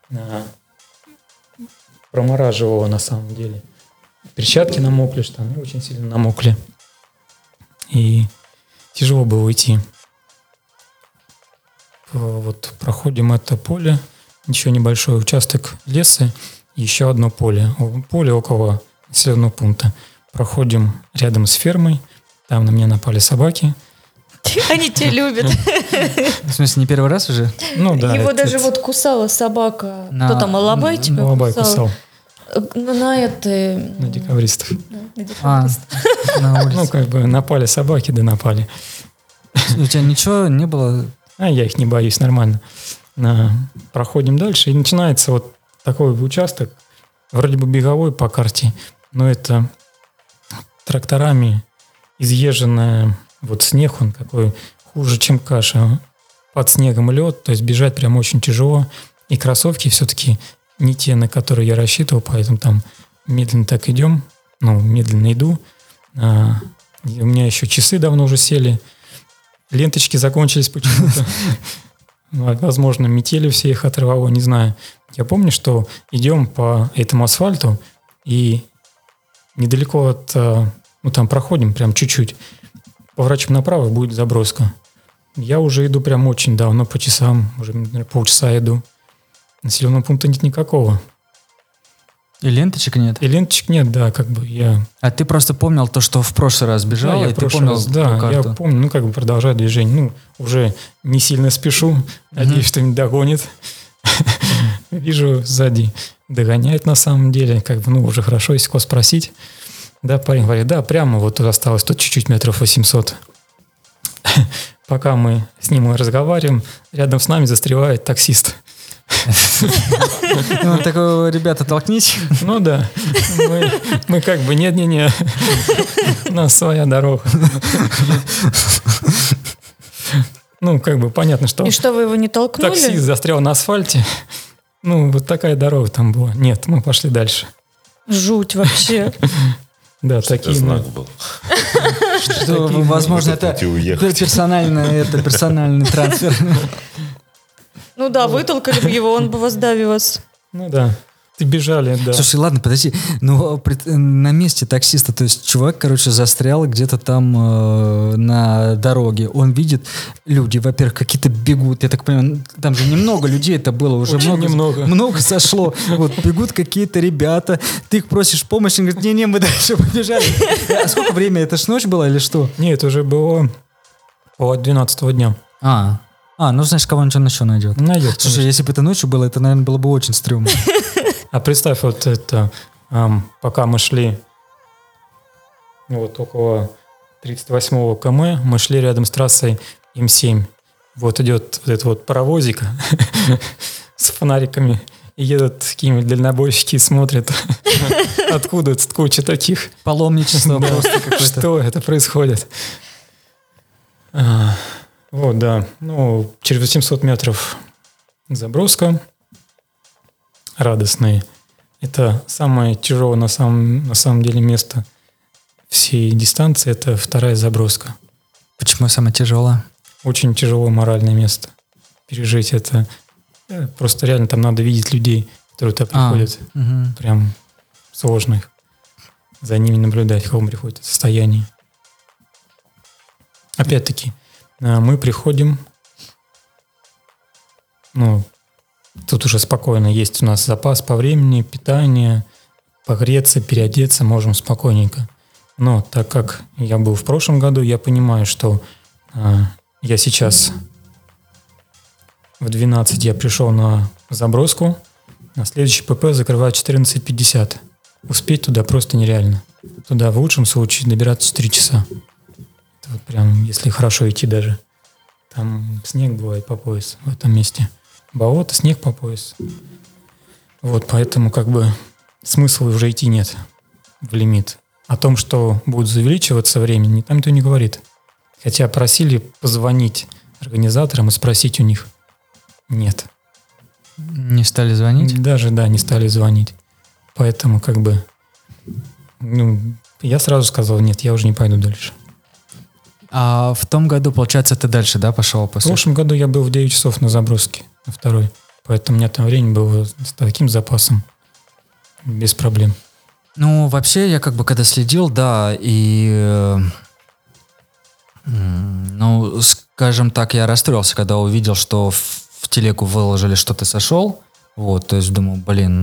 промораживала на самом деле. Перчатки намокли, штаны очень сильно намокли. И тяжело было идти. Вот проходим это поле, еще небольшой участок леса, еще одно поле. Поле около населенного пункта. Проходим рядом с фермой, там на меня напали собаки. Они тебя любят. В смысле, не первый раз уже? Ну да. Его даже вот кусала собака. Кто там, Алабай тебя Алабай кусал. На декабристов. На декабристов. На улице. Ну, как бы напали собаки, да напали. У тебя ничего не было? Я их не боюсь, нормально. Проходим дальше, и начинается вот такой участок, вроде бы беговой по карте, но это тракторами изъезженная, вот снег, он такой хуже, чем каша. Под снегом лед, то есть бежать прям очень тяжело. И кроссовки все-таки не те, на которые я рассчитывал, поэтому там медленно так идем, медленно иду. У меня еще часы давно уже сели, ленточки закончились почему-то. Возможно, метели все их оторвало, не знаю. Я помню, что идем по этому асфальту и недалеко от... там проходим прям чуть-чуть. Поворачиваем направо, будет заброска. Я уже иду прям очень давно по часам, уже, наверное, полчаса иду. Населенного пункта нет никакого. И ленточек нет? И ленточек нет, да, как бы я... А ты просто помнил то, что в прошлый раз бежал, да, и ты помнил карту? Я помню, продолжаю движение. Уже не сильно спешу, надеюсь, что не догонит. Вижу сзади, догоняет на самом деле, уже хорошо, если кого спросить. Да, парень говорит, да, прямо вот тут осталось, тут чуть-чуть метров 800. Пока мы с ним разговариваем, рядом с нами застревает таксист. Такого, ребята, толкните. Ну да. Мы не-не-не. У нас своя дорога. Понятно, что... И что, вы его не толкнули? Таксист застрял на асфальте. Вот такая дорога там была. Нет, мы пошли дальше. Жуть вообще. Да, такие... знак был. Возможно, это персональный трансфер. Ну да, вытолкали бы его, он бы воздавил вас. Ну да. Бежали, да. Слушай, ладно, подожди. На месте таксиста, то есть чувак, застрял где-то там на дороге. Он видит, люди, во-первых, какие-то бегут. Я так понимаю, там же немного людей это было. Уже много сошло. Бегут какие-то ребята. Ты их просишь помощи, он говорит, не-не, мы дальше побежали. А сколько времени? Это ж ночь была или что? Нет, это уже было по 12 дня. Значит, кого-нибудь он еще найдет. Найдет. Слушай, если бы это ночью было, это, наверное, было бы очень стрёмно. А представь, вот это, пока мы шли около 38-го км, мы шли рядом с трассой М7. Вот идет вот этот паровозик с фонариками, и едут какие-нибудь дальнобойщики и смотрят, откуда куча таких. Паломничество просто какое-то. Что это происходит? Вот, да. Через 800 метров заброска. Радостные. Это самое тяжелое на самом деле место. всей дистанции это вторая заброска. Почему самое тяжелое? Очень тяжелое моральное место. Пережить это. Просто реально там надо видеть людей, которые туда приходят. Прям сложно их. За ними наблюдать, в каком приходит состояние. Опять-таки, мы приходим, тут уже спокойно, есть у нас запас по времени, питание, погреться, переодеться можем спокойненько. Но так как я был в прошлом году, я понимаю, что я сейчас в 12 я пришел на заброску, на следующий ПП закрываю 14:50. Успеть туда просто нереально. Туда в лучшем случае добираться 4 часа. Это вот прям, если хорошо идти даже. Там снег бывает по пояс в этом месте. Болото, снег по пояс. Вот, поэтому как бы смысла уже идти нет в лимит. О том, что будет увеличиваться время, там никто не говорит. Хотя просили позвонить организаторам и спросить у них. Нет. Не стали звонить? Даже, да, не стали звонить. Поэтому как бы я сразу сказал, нет, я уже не пойду дальше. А в том году, получается, ты дальше, да, пошел? В прошлом году я был в 9 часов на заброске, на второй. Поэтому у меня там время было с таким запасом. Без проблем. Ну, вообще, я как бы когда следил, да, и... скажем так, я расстроился, когда увидел, что в телегу выложили, что ты сошел. Вот, то есть думал,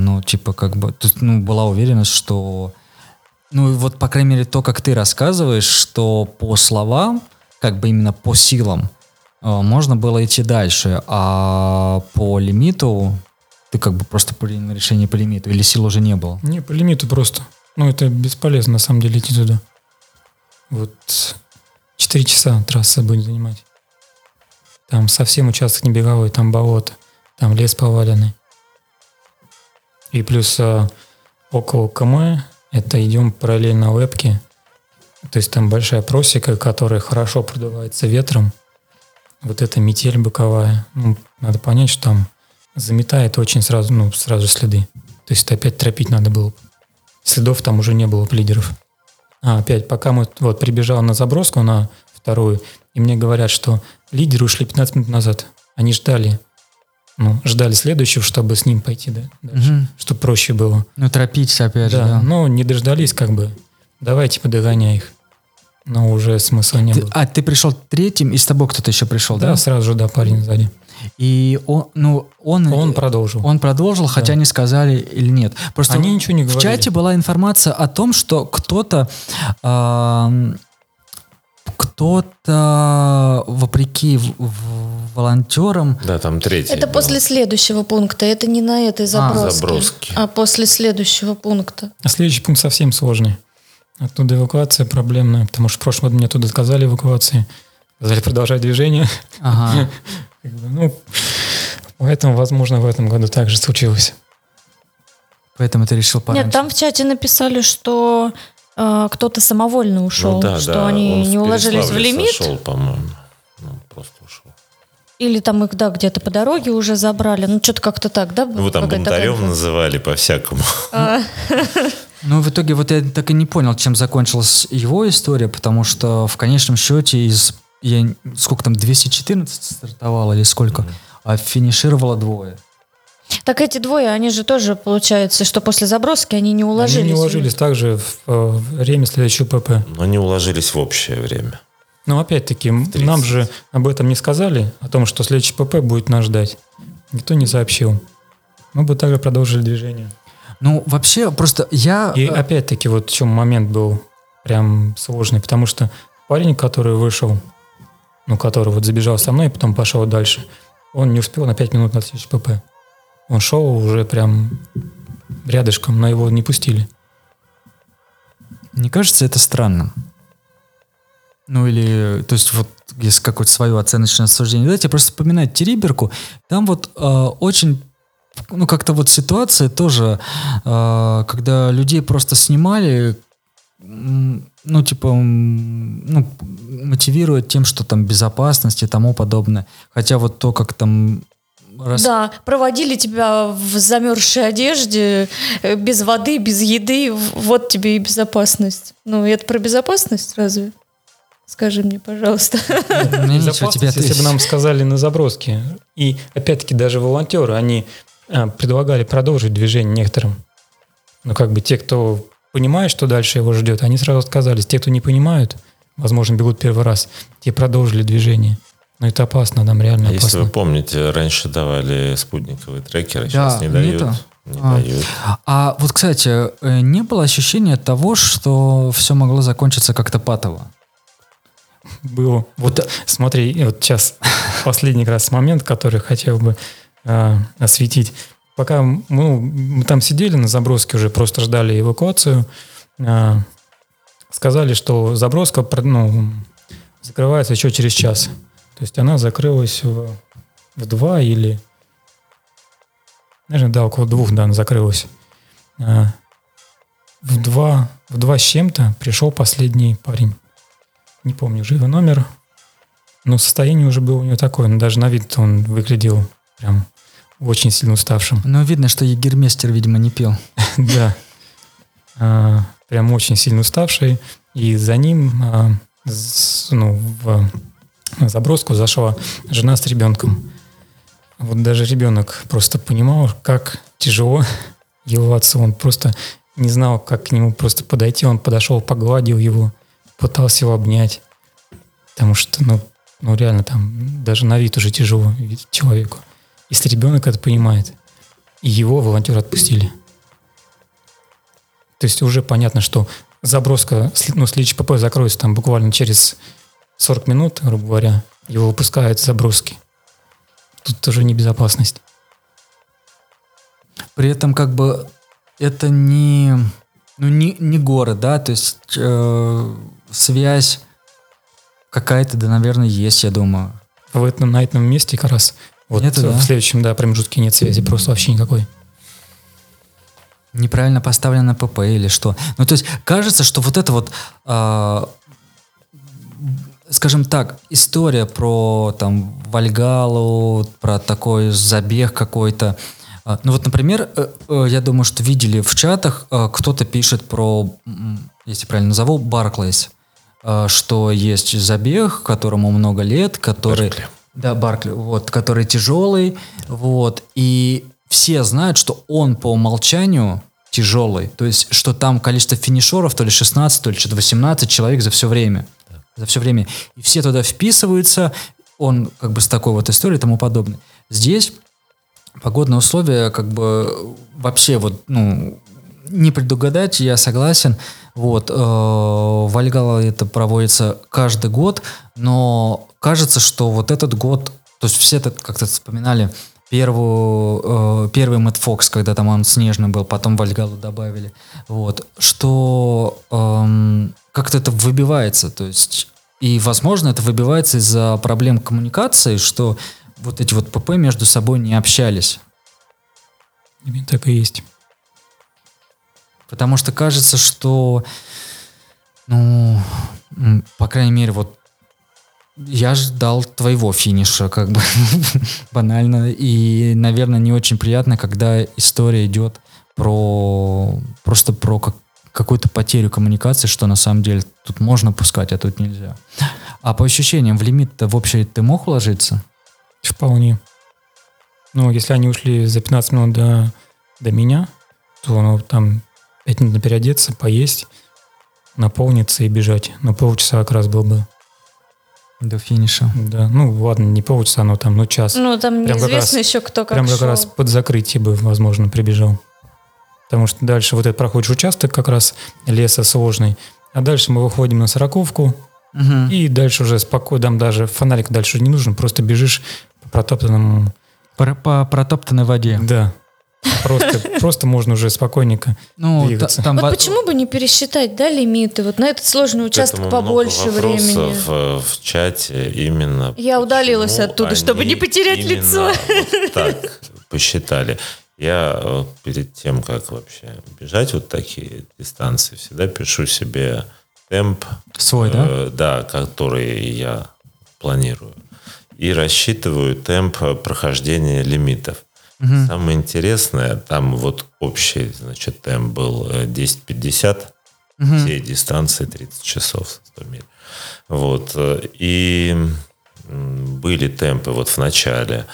была уверенность, что... вот, по крайней мере, то, как ты рассказываешь, что по словам, как бы именно по силам, можно было идти дальше, а по лимиту ты как бы просто принял решение по лимиту, или сил уже не было? Не, по лимиту просто. Это бесполезно, на самом деле, идти туда. Вот 4 часа трасса будет занимать. Там совсем участок не беговой, там болото, там лес поваленный. И плюс около КМ это идем параллельно лэпке. То есть там большая просека, которая хорошо продувается ветром. Вот эта метель боковая. Надо понять, что там заметает очень сразу следы. То есть опять тропить надо было. Следов там уже не было, лидеров. Опять, пока мы прибежал на заброску, на вторую, и мне говорят, что лидеры ушли 15 минут назад. Они ждали следующего, чтобы с ним пойти дальше, чтобы проще было. Тропить опять же, да. Но не дождались, как бы. Давайте подогоняй их. Но уже смысла не было. А ты пришел третьим, и с тобой кто-то еще пришел, да? Да, сразу же, парень сзади. И он продолжил. Он продолжил, хотя не сказали или нет. Просто они ничего не говорили. В чате была информация о том, что кто-то вопреки волонтерам... Да, там третий. Это был. после следующего пункта. Это не на этой заброске. А после следующего пункта. А следующий пункт совсем сложный. Оттуда эвакуация проблемная, потому что в прошлом году мне оттуда отказали эвакуации. Сказали продолжать движение. Ага. Поэтому, возможно, в этом году также случилось. Поэтому ты решил пораньше. Нет, там в чате написали, что кто-то самовольно ушел, что они не уложились в лимит. Сошел, по-моему. Просто ушел. Или там их, где-то по дороге уже забрали. Что-то как-то так, да? Вы там бунтарем называли по-всякому. В итоге я так и не понял, чем закончилась его история, потому что в конечном счете сколько там, 214 стартовало или сколько, а финишировало 2. Так эти 2, они же тоже, получается, что после заброски они не уложились. Они не уложились также в время следующего ПП. Но они уложились в общее время. Опять-таки, нам же об этом не сказали, о том, что следующий ПП будет нас ждать. Никто не сообщил. Мы бы также продолжили движение. Вообще, просто я... И опять-таки, в чем момент был прям сложный, потому что парень, который вышел, который забежал со мной и потом пошел дальше, он не успел на 5 минут на следующий ПП. Он шел уже прям рядышком, но его не пустили. Мне кажется, это странно. То есть если какое-то свое оценочное суждение. Давайте просто вспоминать Териберку. Там очень... как-то ситуация тоже, когда людей просто снимали, мотивируя тем, что там безопасность и тому подобное. Хотя то, как там Да, проводили тебя в замерзшей одежде, без воды, без еды. Вот тебе и безопасность. Ну, это про безопасность разве? Скажи мне, пожалуйста. Мне нечего тебе Безопасность, если бы нам сказали на заброске. И опять-таки даже волонтеры, они предлагали продолжить движение некоторым. Но как бы те, кто понимает, что дальше его ждет, они сразу отказались. Те, кто не понимают, возможно, бегут первый раз, те продолжили движение. Но это опасно, нам реально опасно. Если вы помните, раньше давали спутниковые трекеры, сейчас не дают. Не дают. А вот, кстати, не было ощущения того, что все могло закончиться как-то патово? Было. Вот смотри, вот сейчас последний раз момент, который хотел бы осветить. Пока мы там сидели на заброске, уже просто ждали эвакуацию, сказали, что заброска закрывается еще через час. То есть она закрылась в 2 или... Наверное, да, около 2, да, она закрылась. В 2 с чем-то пришел последний парень. Не помню уже его номер, но состояние уже было у него такое. Но даже на вид он выглядел прям очень сильно уставшим. Ну, видно, что егермейстер, видимо, не пил. Да. Прям очень сильно уставший. И за ним в заброску зашла жена с ребенком. Вот даже ребенок просто понимал, как тяжело его отцу. Он просто не знал, как к нему просто подойти. Он подошел, погладил его, пытался его обнять. Потому что, реально там даже на вид уже тяжело человеку. Если ребенок это понимает. И его волонтеры отпустили. То есть уже понятно, что заброска, следующий ПП закроется там буквально через 40 минут, грубо говоря. Его выпускают с заброски. Тут тоже небезопасность. При этом как бы это не город, да, то есть связь какая-то, да, наверное, есть, я думаю. На этом месте как раз вот это, в следующем, да, промежутке нет связи, просто вообще никакой. Неправильно поставлено ПП или что. Ну, то есть кажется, что вот это вот, скажем так, история про там Вальгалу, про такой забег какой-то. Ну вот, например, я думаю, что видели в чатах, кто-то пишет про, если правильно назову, Барклейс, что есть забег, которому много лет, который... Баркли. Да, Баркли, вот, который тяжелый, вот, и все знают, что он по умолчанию тяжелый, то есть, что там количество финишеров, то ли 16, то ли что-то 18 человек за все время. За все время. И все туда вписываются, он как бы с такой вот историей и тому подобное. Здесь погодные условия как бы вообще вот, не предугадать, я согласен. Вот, Вальгалла это проводится каждый год, но кажется, что вот этот год, то есть все это как-то вспоминали первый Мэтт Фокс, когда там он снежный был, потом Вальгаллу добавили, вот, что как-то это выбивается, то есть, и, возможно, это выбивается из-за проблем коммуникации, что вот эти вот ПП между собой не общались. Именно так и есть. Потому что кажется, что, по крайней мере, вот я ждал твоего финиша, как бы банально. И, наверное, не очень приятно, когда история идет просто про какую-то потерю коммуникации, что на самом деле тут можно пускать, а тут нельзя. А по ощущениям, в лимит-то в общем ты мог уложиться? Вполне. Если они ушли за 15 минут до меня, то там 5 минут переодеться, поесть, наполниться и бежать. Полчаса как раз был бы. До финиша. Да, ладно, не полчаса, но там, час. Там прям неизвестно еще кто как прям шел. как раз под закрытие бы, возможно, прибежал. Потому что дальше вот этот проходишь участок как раз леса сложный, а дальше мы выходим на 40-ку, и дальше уже спокойно, там даже фонарик дальше не нужен, просто бежишь по протоптанному... По протоптанной воде. Да. Просто можно уже спокойненько двигаться. Почему бы не пересчитать, да, лимиты? Вот на этот сложный участок побольше времени. В чате именно. Я удалилась оттуда, чтобы не потерять лицо. Вот так посчитали. Я перед тем, как вообще бежать вот такие дистанции, всегда пишу себе темп. Свой, да? Да, который я планирую. и рассчитываю темп прохождения лимитов. Самое интересное, там вот общий, значит, темп был 10:50, все дистанции 30 часов 100 миль. Вот. И были темпы вот в начале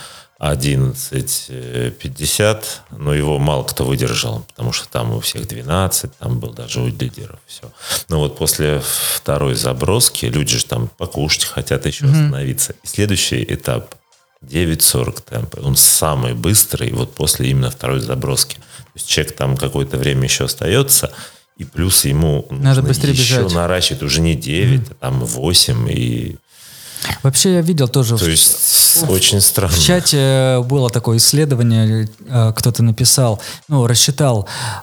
11:50, но его мало кто выдержал, потому что там у всех 12, там был даже у лидеров все. Но вот после второй заброски люди же там покушать хотят, еще остановиться. И следующий этап 9:40 темп. Он самый быстрый вот после именно второй заброски. То есть человек там какое-то время еще остается, и плюс ему надо быстрее еще бежать. Наращивать уже не 9, а там 8 и... Вообще я видел тоже... То есть очень странно. В чате было такое исследование, кто-то написал, рассчитал,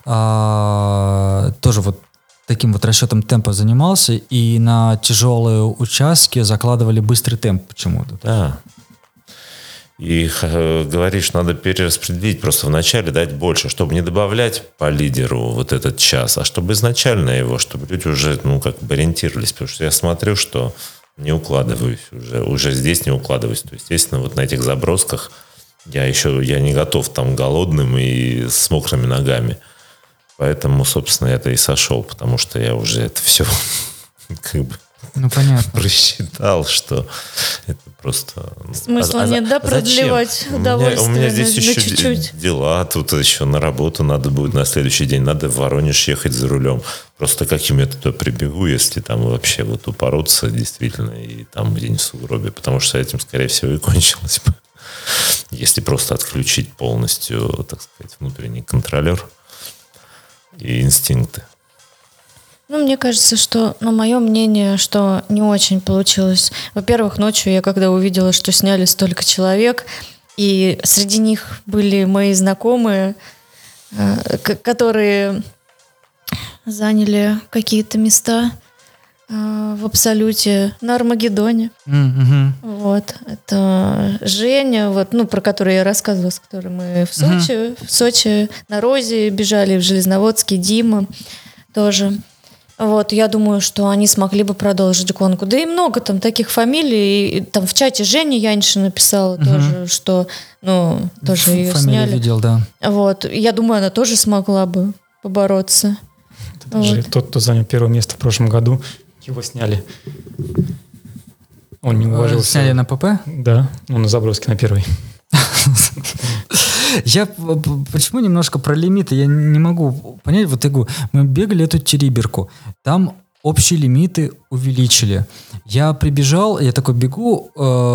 тоже вот таким вот расчетом темпа занимался, и на тяжелые участки закладывали быстрый темп почему-то. Да. И говоришь, надо перераспределить, просто вначале дать больше, чтобы не добавлять по лидеру вот этот час, а чтобы изначально его, чтобы люди уже, как бы ориентировались. Потому что я смотрю, что не укладываюсь уже здесь не укладываюсь. То есть, естественно, вот на этих забросках я не готов там голодным и с мокрыми ногами. Поэтому, собственно, это и сошел, потому что я уже это все как бы понятно. просчитал, что это просто... Смысла нет, да, продлевать удовольствие у меня здесь на еще чуть-чуть. дела, тут еще на работу надо будет на следующий день, надо в Воронеж ехать за рулем. Просто каким я туда прибегу, если там вообще вот упороться действительно и там где-нибудь в сугробе, потому что этим, скорее всего, и кончилось бы. Если просто отключить полностью, так сказать, внутренний контролер и инстинкты. Мне кажется, что, мое мнение, что не очень получилось. Во-первых, ночью я когда увидела, что сняли столько человек, и среди них были мои знакомые, которые заняли какие-то места в Абсолюте на Армагеддоне. Вот. Это Женя, про которую я рассказывала, с которой мы в Сочи на Розе бежали, в Железноводске, Дима тоже. Вот, я думаю, что они смогли бы продолжить гонку. Да и много там таких фамилий. И там в чате Женя Яньшина написала тоже, что, тоже ее сняли. Видел, да. Вот, я думаю, она тоже смогла бы побороться. Даже тот, кто занял первое место в прошлом году, его сняли. Он не уложился. Сняли на ПП? Да, на заброске на первый. Я почему немножко про лимиты, я не могу понять. Вот я говорю, мы бегали эту териберку, там общие лимиты увеличили. Я прибежал, я такой бегу,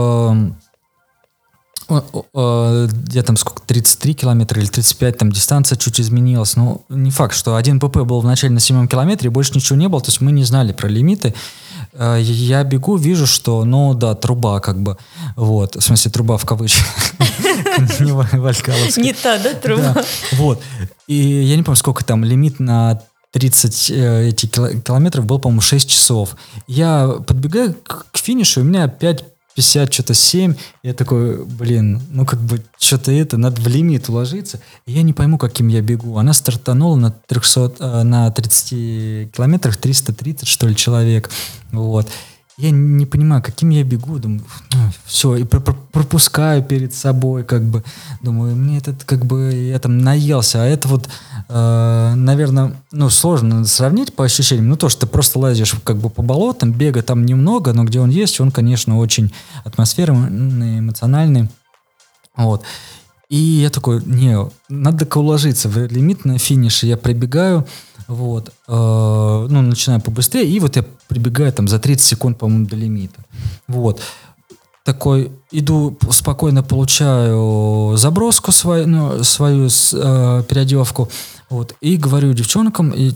я там сколько, 33 километра или 35, там дистанция чуть изменилась. Но не факт, что один ПП был вначале на 7 километре, больше ничего не было, то есть мы не знали про лимиты. Я бегу, вижу, что, труба как бы, вот, в смысле труба в кавычках, не Валькаловская. Не та, да, труба? Вот, и я не помню, сколько там, лимит на 30 километров был, по-моему, 6 часов. Я подбегаю к финишу, у меня 5:50, что-то 7. Я такой, что-то надо в лимит уложиться. И я не пойму, каким я бегу. Она стартанула на 30 километрах 330, что ли, человек. Вот. Я не понимаю, каким я бегу. Думаю, все, и пропускаю перед собой, как бы. Думаю, мне этот, как бы, я там наелся. А это вот, наверное, сложно сравнить по ощущениям. То, что ты просто лазишь как бы по болотам, бега там немного, но где он есть, он, конечно, очень атмосферный, эмоциональный. Вот. И я такой, надо-ка уложиться в лимит на финише. Я прибегаю, вот, начинаю побыстрее, и вот я прибегаю там за 30 секунд, по-моему, до лимита. Вот. Такой, иду, спокойно получаю заброску свою переодевку, вот, и говорю девчонкам, и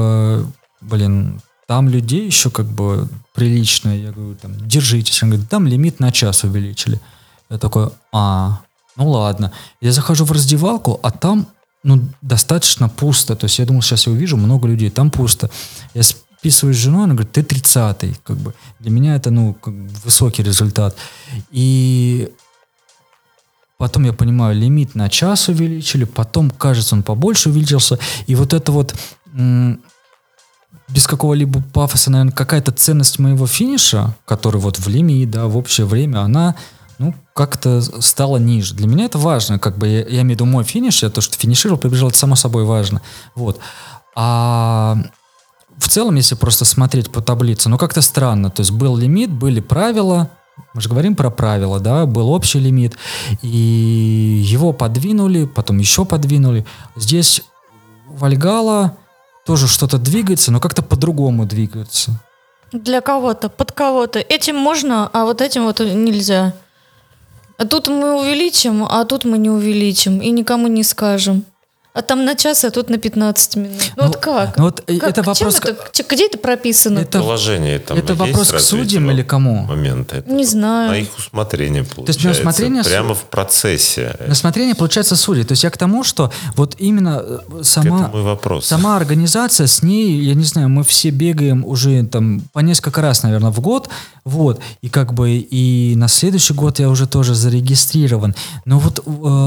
там людей еще как бы прилично, я говорю, держитесь. Он говорит, там лимит на час увеличили. Я такой, ладно. Я захожу в раздевалку, а там, достаточно пусто. То есть я думал, сейчас я увижу много людей, там пусто. Я списываюсь с женой, она говорит, ты 30-й. Как бы. Для меня это, высокий результат. И потом я понимаю, лимит на час увеличили, потом, кажется, он побольше увеличился. И вот это вот без какого-либо пафоса, наверное, какая-то ценность моего финиша, который вот в лимит, да, в общее время, она ну, как-то стало ниже. Для меня это важно, как бы, я имею в виду мой финиш, я то, что финишировал, побежал, это само собой важно. Вот. А в целом, если просто смотреть по таблице, ну, как-то странно. То есть был лимит, были правила, мы же говорим про правила, да, был общий лимит, и его подвинули, потом еще подвинули. Здесь Вальгалла тоже что-то двигается, но как-то по-другому двигается. Для кого-то, под кого-то. Этим можно, а вот этим вот нельзя. А тут мы увеличим, а тут мы не увеличим. И никому не скажем. А там на час, а тут на 15 минут. Ну вот как? Ну вот как? это вопрос... Где это прописано? Это, положение там это есть вопрос к судьям или кому? Моменты. Это не знаю. На их усмотрение получается. То есть на усмотрение прямо в процессе. На усмотрение получается судьи. То есть я к тому, что вот именно сама организация, с ней, я не знаю, мы все бегаем уже там по несколько раз, наверное, в год. Вот. И как бы и на следующий год я уже тоже зарегистрирован. Но вот...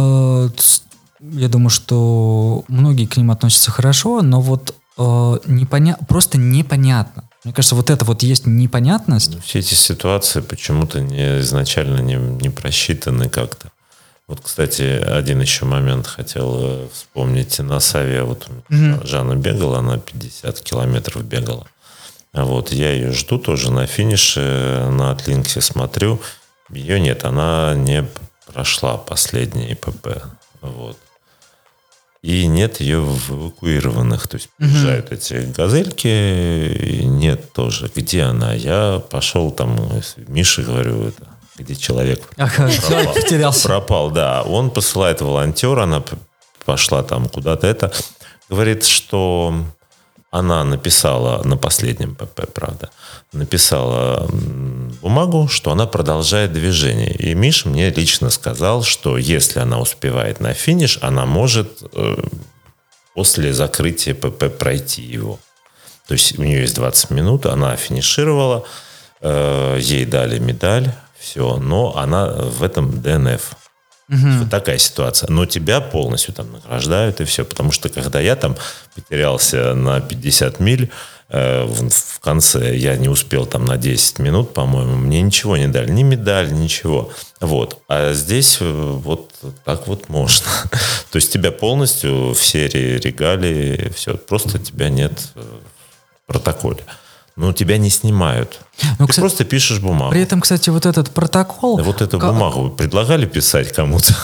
я думаю, что многие к ним относятся хорошо, но вот просто непонятно. Мне кажется, вот это вот есть непонятность. Все эти ситуации почему-то изначально не просчитаны как-то. Вот, кстати, один еще момент хотел вспомнить. На Саве вот Жанна бегала, она 50 километров бегала. Вот, я ее жду тоже на финише, на Атлинксе смотрю. Ее нет, она не прошла последний ПП. Вот. И нет ее в эвакуированных. То есть приезжают эти газельки, и нет тоже. Где она? Я пошел там, Мише говорю, где человек пропал. Да, он посылает волонтера, она пошла там куда-то говорит, что она написала на последнем ПП, правда, написала бумагу, что она продолжает движение. И Миша мне лично сказал, что если она успевает на финиш, она может после закрытия ПП пройти его. То есть у нее есть 20 минут, она финишировала, ей дали медаль, все, но она в этом ДНФ. Вот такая ситуация. Но тебя полностью там награждают и все. Потому что когда я там потерялся на 50 миль, в конце я не успел там на 10 минут, по-моему, мне ничего не дали. Ни медаль, ничего. Вот. А здесь вот так вот можно. То есть тебя полностью все регалии, все. Просто тебя нет в протоколе. Но тебя не снимают. Ты кстати, просто пишешь бумагу. При этом, кстати, вот этот протокол... Вот эту бумагу предлагали писать кому-то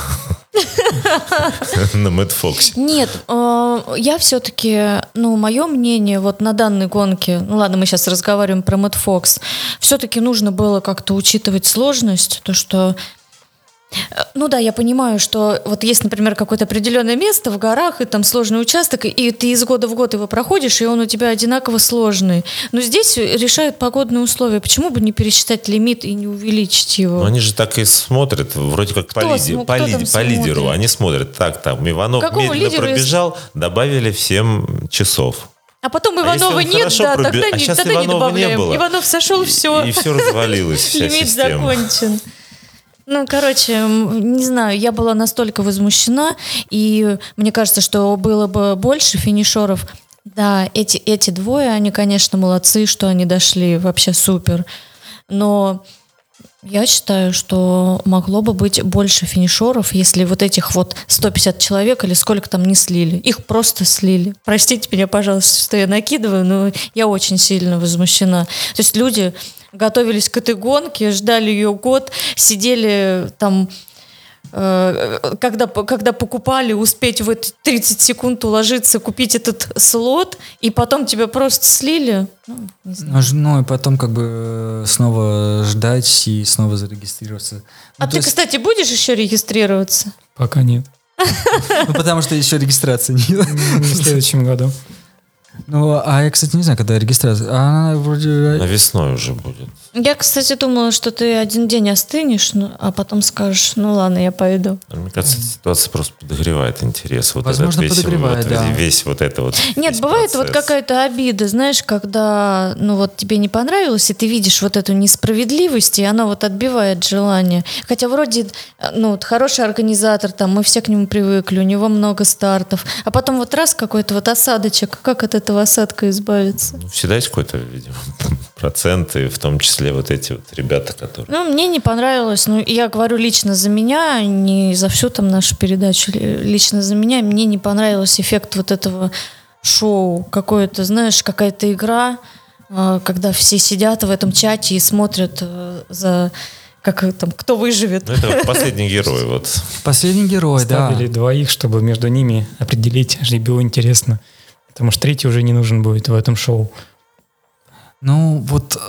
на Мэтт Фоксе? Нет, я все-таки, мое мнение вот на данной гонке, ладно, мы сейчас разговариваем про Мэтт Фокс, все-таки нужно было как-то учитывать сложность, то, что... да, я понимаю, что вот есть, например, какое-то определенное место в горах, и там сложный участок, и ты из года в год его проходишь, и он у тебя одинаково сложный. Но здесь решают погодные условия. Почему бы не пересчитать лимит и не увеличить его? Они же так и смотрят, вроде как по лидеру. Они смотрят, там Иванов медленно пробежал, добавили в 7 часов. А потом Иванова нет, тогда не добавляем. Иванов сошел, все. И все развалилось, вся система. Лимит закончен. Не знаю, я была настолько возмущена, и мне кажется, что было бы больше финишеров. Да, эти двое, они, конечно, молодцы, что они дошли, вообще супер. Но я считаю, что могло бы быть больше финишеров, если вот этих вот 150 человек или сколько там не слили. Их просто слили. Простите меня, пожалуйста, что я накидываю, но я очень сильно возмущена. То есть люди... готовились к этой гонке, ждали ее год, сидели там, когда покупали, успеть в эти 30 секунд уложиться, купить этот слот, и потом тебя просто слили. И потом как бы снова ждать и снова зарегистрироваться. Ты, кстати, будешь еще регистрироваться? Пока нет. Потому что еще регистрации нет. В следующем году. Я, кстати, не знаю, когда регистрация. Она вроде... На весной уже будет. Я, кстати, думала, что ты один день остынешь, а потом скажешь, ладно, я пойду. Мне кажется, ситуация просто подогревает интерес. Возможно, подогревает, да. Весь Нет, бывает процесс. Какая-то обида, знаешь, когда, тебе не понравилось, и ты видишь вот эту несправедливость, и она отбивает желание. Хотя вроде, хороший организатор, мы все к нему привыкли, у него много стартов, а потом раз какой-то осадочек, как от этого осадка избавиться? Всегда есть какой-то, видимо, проценты, в том числе вот эти вот ребята, которые... Ну, мне не понравилось. Ну, я говорю лично за меня, не за всю там нашу передачу. Лично за меня. Мне не понравился эффект вот этого шоу. Какое-то, знаешь, какая-то игра, когда все сидят в этом чате и смотрят за... Как там, кто выживет. Ну, это вот последний герой. Вот. Последний герой, Ставили да. двоих, чтобы между ними определить, чтобы было интересно. Потому что третий уже не нужен будет в этом шоу. Ну, вот,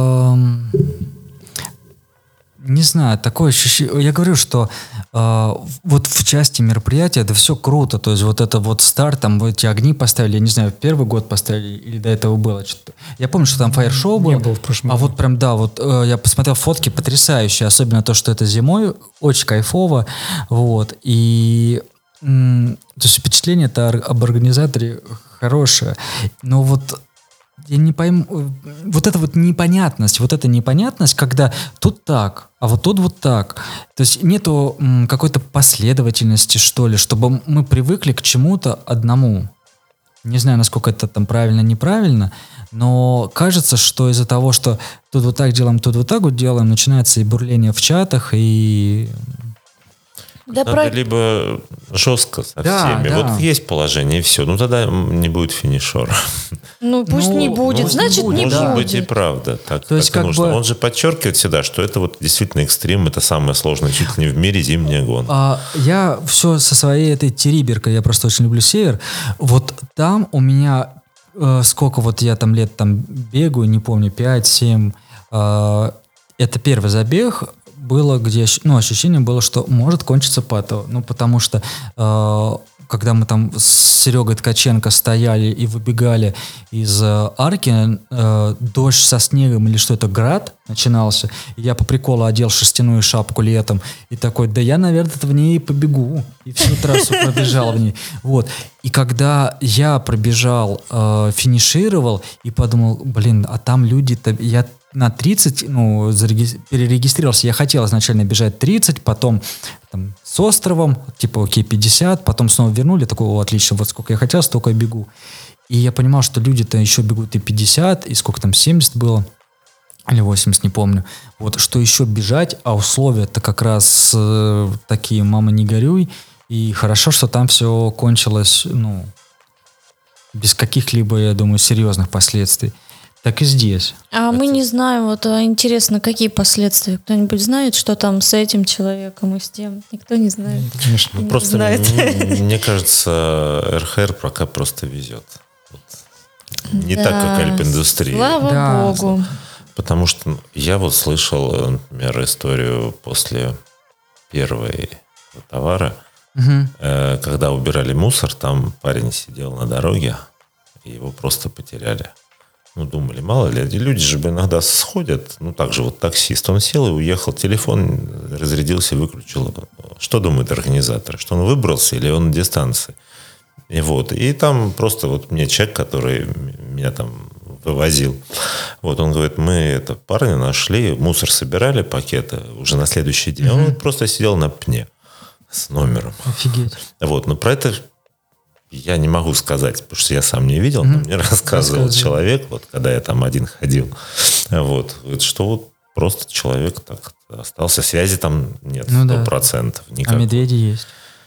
не знаю, такое ощущение. Я говорю, что вот в части мероприятия это все круто. То есть вот это вот старт, там эти огни поставили, я не знаю, первый год поставили или до этого было что-то. Я помню, что там фаер-шоу было. Не было в прошлом А году. вот прям, да, вот я посмотрел фотки потрясающие, особенно то, что это зимой, очень кайфово. Вот. И то есть впечатление-то об организаторе хорошее. Но вот я не пойму, вот эта вот непонятность, когда тут так, а вот тут вот так. То есть нету какой-то последовательности, что ли, чтобы мы привыкли к чему-то одному. Не знаю, насколько это там правильно, неправильно, но кажется, что из-за того, что тут вот так делаем, тут вот так вот делаем, начинается и бурление в чатах, и... Да, Надо либо жестко со всеми. да. Вот есть положение, и все. Ну, тогда не будет финишера. Ну, пусть Ну, не будет, может, значит, не будет, Может да. быть и будет. правда. Так, То есть так и как нужно. бы- Он же подчеркивает всегда, что это вот действительно экстрим, это самое сложное чуть ли не в мире зимняя гонка. Я все со своей этой териберкой, я просто очень люблю север. Вот там у меня, сколько вот я там лет там бегаю, не помню, 5-7, это первый забег, было, где ощущение было, что может кончиться патово. Ну, потому что когда мы там с Серегой Ткаченко стояли и выбегали из арки, дождь со снегом или что это, град начинался, и я по приколу одел шерстяную шапку летом, и такой, да я, наверное, в ней побегу. И всю трассу пробежал в ней. Вот. И когда я пробежал, финишировал, и подумал, блин, а там люди-то... Я на 30, перерегистрировался. Я хотел изначально бежать 30, потом там, с островом, типа, окей, 50, потом снова вернули, такой, отлично, вот сколько я хотел, столько я бегу. И я понимал, что люди-то еще бегут и 50, и сколько там, 70 было, или 80, не помню. Вот, что еще бежать, а условия-то как раз такие, мама, не горюй. И хорошо, что там все кончилось, без каких-либо, я думаю, серьезных последствий. Так и здесь. А мы не знаем, вот интересно, какие последствия? Кто-нибудь знает, что там с этим человеком и с тем? Никто не знает. Конечно. Не Просто знает. мне кажется, РХР пока просто везет. Вот. Не Да, так, как Альпиндустрия. Слава Да. богу. Потому что я вот слышал, например, историю после первой товара, когда убирали мусор, там парень сидел на дороге, и его просто потеряли. Думали, мало ли, люди же иногда сходят, так же вот таксист, он сел и уехал, телефон разрядился, выключил. Что думают организаторы? Что он выбрался или он на дистанции? И там просто вот мне человек, который меня там вывозил, он говорит, мы парня нашли, мусор собирали, пакеты, уже на следующий день, он просто сидел на пне с номером. Офигеть. Но про это я не могу сказать, потому что я сам не видел, но мне рассказывал человек, когда я там один ходил, что просто человек так остался, связи там нет 100%. А медведи есть.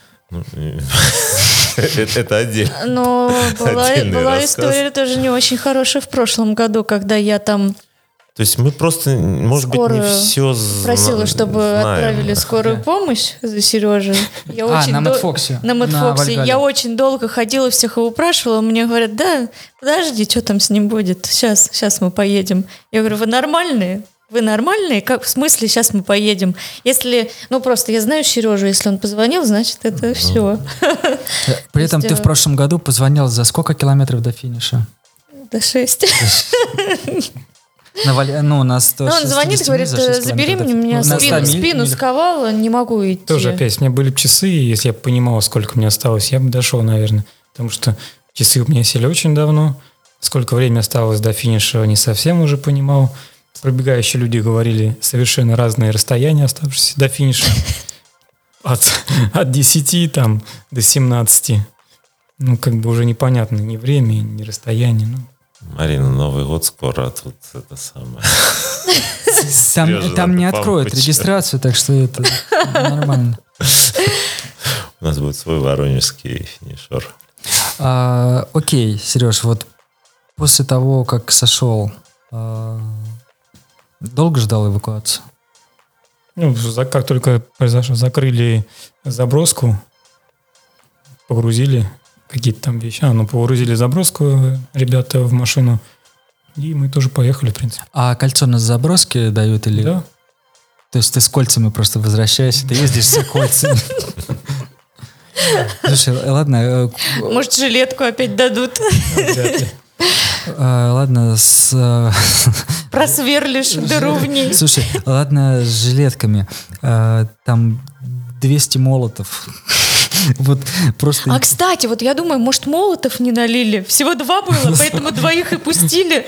Это отдельно. Но была Отдельный история тоже не очень хорошая в прошлом году, когда я там То есть мы просто, может быть, не все просила, чтобы знаем. отправили скорую помощь за Сережей. Я на Мэтфоксе. На Мэтфоксе. Я очень долго ходила, всех его упрашивала. Мне говорят, да, подожди, что там с ним будет? Сейчас мы поедем. Я говорю, вы нормальные? Вы нормальные? Как, в смысле, сейчас мы поедем? Если, просто я знаю Сережу, если он позвонил, значит, это все. При этом ты в прошлом году позвонил за сколько километров до финиша? До 6. У нас Он звонит, говорит, забери меня, спину сковала, не могу идти. Тоже опять, у меня были часы, и если я бы понимал, сколько мне осталось, я бы дошел, наверное. Потому что часы у меня сели очень давно. Сколько времени осталось до финиша, не совсем уже понимал. Пробегающие люди говорили совершенно разные расстояния, оставшиеся до финиша. От 10 там, до 17. Уже непонятно ни время, ни расстояние. Марина, Новый год скоро, а тут это самое. Там не откроют регистрацию, так что это нормально. У нас будет свой воронежский финишер. Окей, Сереж, вот после того, как сошел, долго ждал эвакуацию? Ну, как только произошло, закрыли заброску, погрузили какие-то там вещи. Погрузили заброску ребята в машину, и мы тоже поехали, в принципе. А кольцо на заброске дают или... Да. То есть ты с кольцами просто возвращаешься, ты ездишь за кольцами. Слушай, ладно. Может, жилетку опять дадут? Вряд ли. Ладно, Просверлишь дыру в ней. Слушай, ладно, с жилетками. Там 200 молотов. Вот просто... Кстати, вот я думаю, может, молотов не налили? Всего 2 было, поэтому 2 и пустили.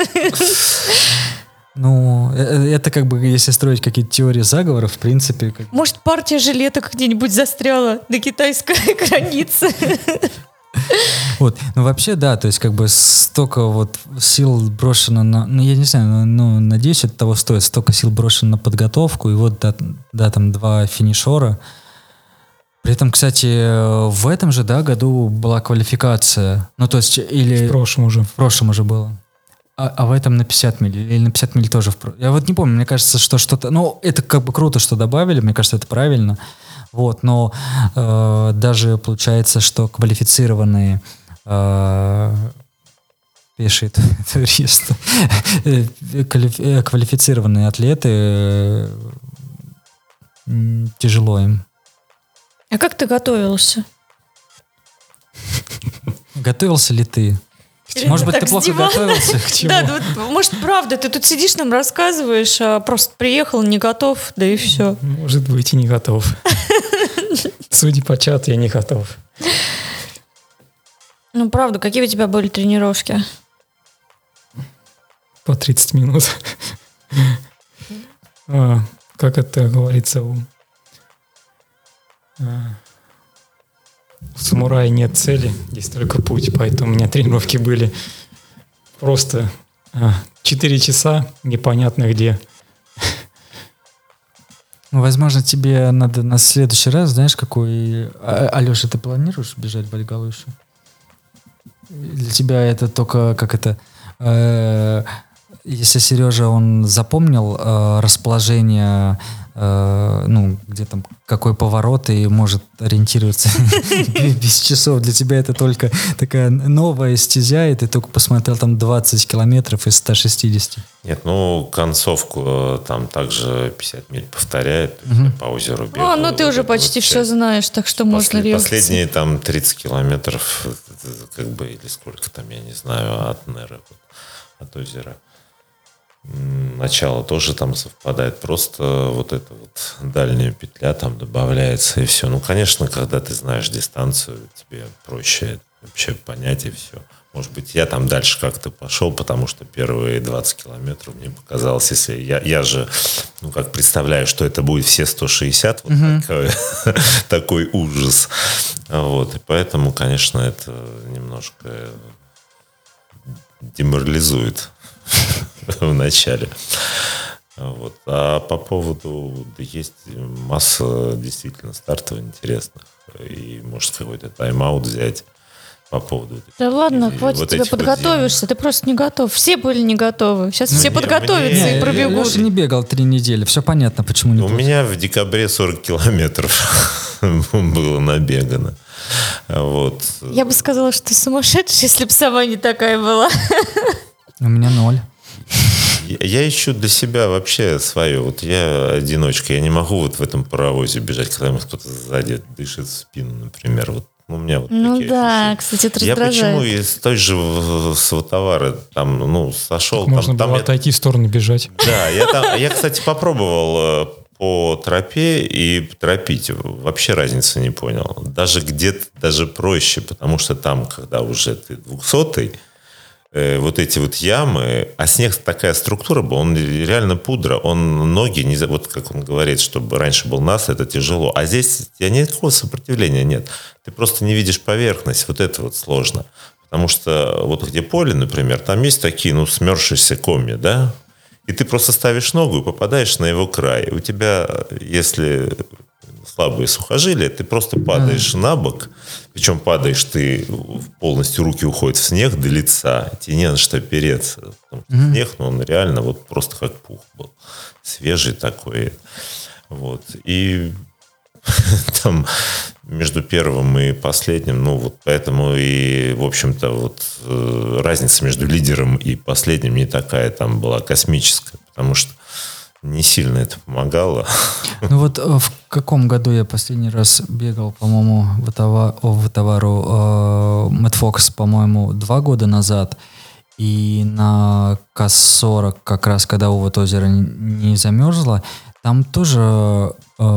Ну, это как бы, если строить какие-то теории заговоров, в принципе... Может, партия жилеток где-нибудь застряла на китайской границе? Вот, ну вообще, да, то есть как бы столько вот сил брошено на... Ну, я не знаю, надеюсь, это того стоит. Столько сил брошено на подготовку, и вот, да, там 2 финишера. При этом, кстати, в этом же, да, году была квалификация. Ну, то есть, или... В прошлом уже. В прошлом уже было. А в этом на 50 миль? Или на 50 миль тоже? Я вот не помню, мне кажется, что что-то... Ну, это как бы круто, что добавили, мне кажется, это правильно. Вот, но даже получается, что квалифицированные пешие туристы, квалифицированные атлеты, тяжело им. А как ты готовился? Готовился ли ты? Или Может ты быть, так ты плохо с дивана? готовился? К чему? Да, может, правда, ты тут сидишь, нам рассказываешь, а просто приехал, не готов, да и все. Может быть, и не готов. Судя по чату, я не готов. Ну, правда, какие у тебя были тренировки? По 30 минут. Как это говорится, у самурая нет цели, есть только путь, поэтому у меня тренировки были просто 4 часа, непонятно где. Возможно, тебе надо на следующий раз, знаешь, какой... Алеша, ты планируешь бежать в Альгалушу? Для тебя это только, как это... Если Сережа, он запомнил расположение, ну, где там, какой поворот, и может ориентироваться без часов. Для тебя это только такая новая стезя, и ты только посмотрел там 20 километров из 160. Нет, ну, концовку там также 50 миль повторяет, по озеру бегал. Ну ты уже почти все знаешь, так что можно регаться. Последние там 30 километров, как бы, или сколько там, я не знаю, от Неры, от озера. Начало тоже там совпадает, просто вот эта вот дальняя петля там добавляется, и все. Ну, конечно, когда ты знаешь дистанцию, тебе проще вообще понять, и все. Может быть, я там дальше как-то пошел, потому что первые 20 километров мне показалось, если я же, ну, как представляю, что это будет все 160, вот такой ужас. Вот, и поэтому, конечно, это немножко деморализует в начале. Вот. А по поводу, да, есть масса действительно стартов интересных. И может какой-то тайм-аут взять по поводу... Да ладно, хватит, тебе подготовишься, ты просто не готов. Все были не готовы. Сейчас все подготовятся и пробегут. Леша не бегал 3 недели, все понятно, почему не У меня в декабре 40 километров было набегано. Вот. Я бы сказала, что ты сумасшедший, если бы сама не такая была. У меня 0. Я ищу для себя вообще свое. Вот я одиночка, я не могу вот в этом паровозе бежать, когда мне кто-то сзади дышит в спину, например. Вот у меня вот ну такие да, ощущения. кстати, это Я раздражает. почему из той же Сватовары там, ну, сошел. Можно там было отойти в сторону бежать. Да, я, кстати, попробовал по тропе и тропить. Вообще разницы не понял. Даже где-то даже проще, потому что там, когда уже ты 200-й, вот эти вот ямы, а снег такая структура была, он реально пудра, он ноги, не, вот как он говорит, чтобы раньше был нас, это тяжело, а здесь у тебя никакого сопротивления нет, ты просто не видишь поверхность, вот это вот сложно, Потому что вот где поле, например, там есть такие, смерзшиеся комья, да? И ты просто ставишь ногу и попадаешь на его край. У тебя, если слабые сухожилия, ты просто падаешь на бок. Причем падаешь ты, полностью руки уходят в снег до лица. Тебе не на что опереться. Снег, он реально вот просто как пух был. Свежий такой. Вот. И там между первым и последним, поэтому и, в общем-то, разница между лидером и последним не такая там была космическая, потому что не сильно это помогало. В каком году я последний раз бегал, по-моему, в Товару Мэтт Фокс, по-моему, 2 года назад, и на К-40, как раз когда озеро не замерзло, там тоже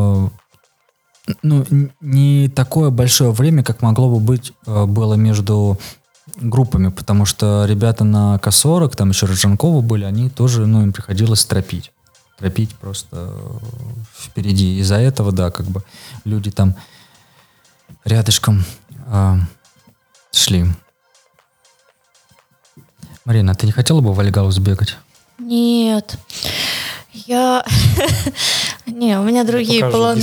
не такое большое время, как могло бы быть, было между группами, потому что ребята на К-40, там еще Рожанковы были, они тоже, им приходилось тропить просто впереди. Из-за этого, да, как бы люди там рядышком шли. Марина, ты не хотела бы в Альгаус сбегать? Нет. Не, у меня другие планы.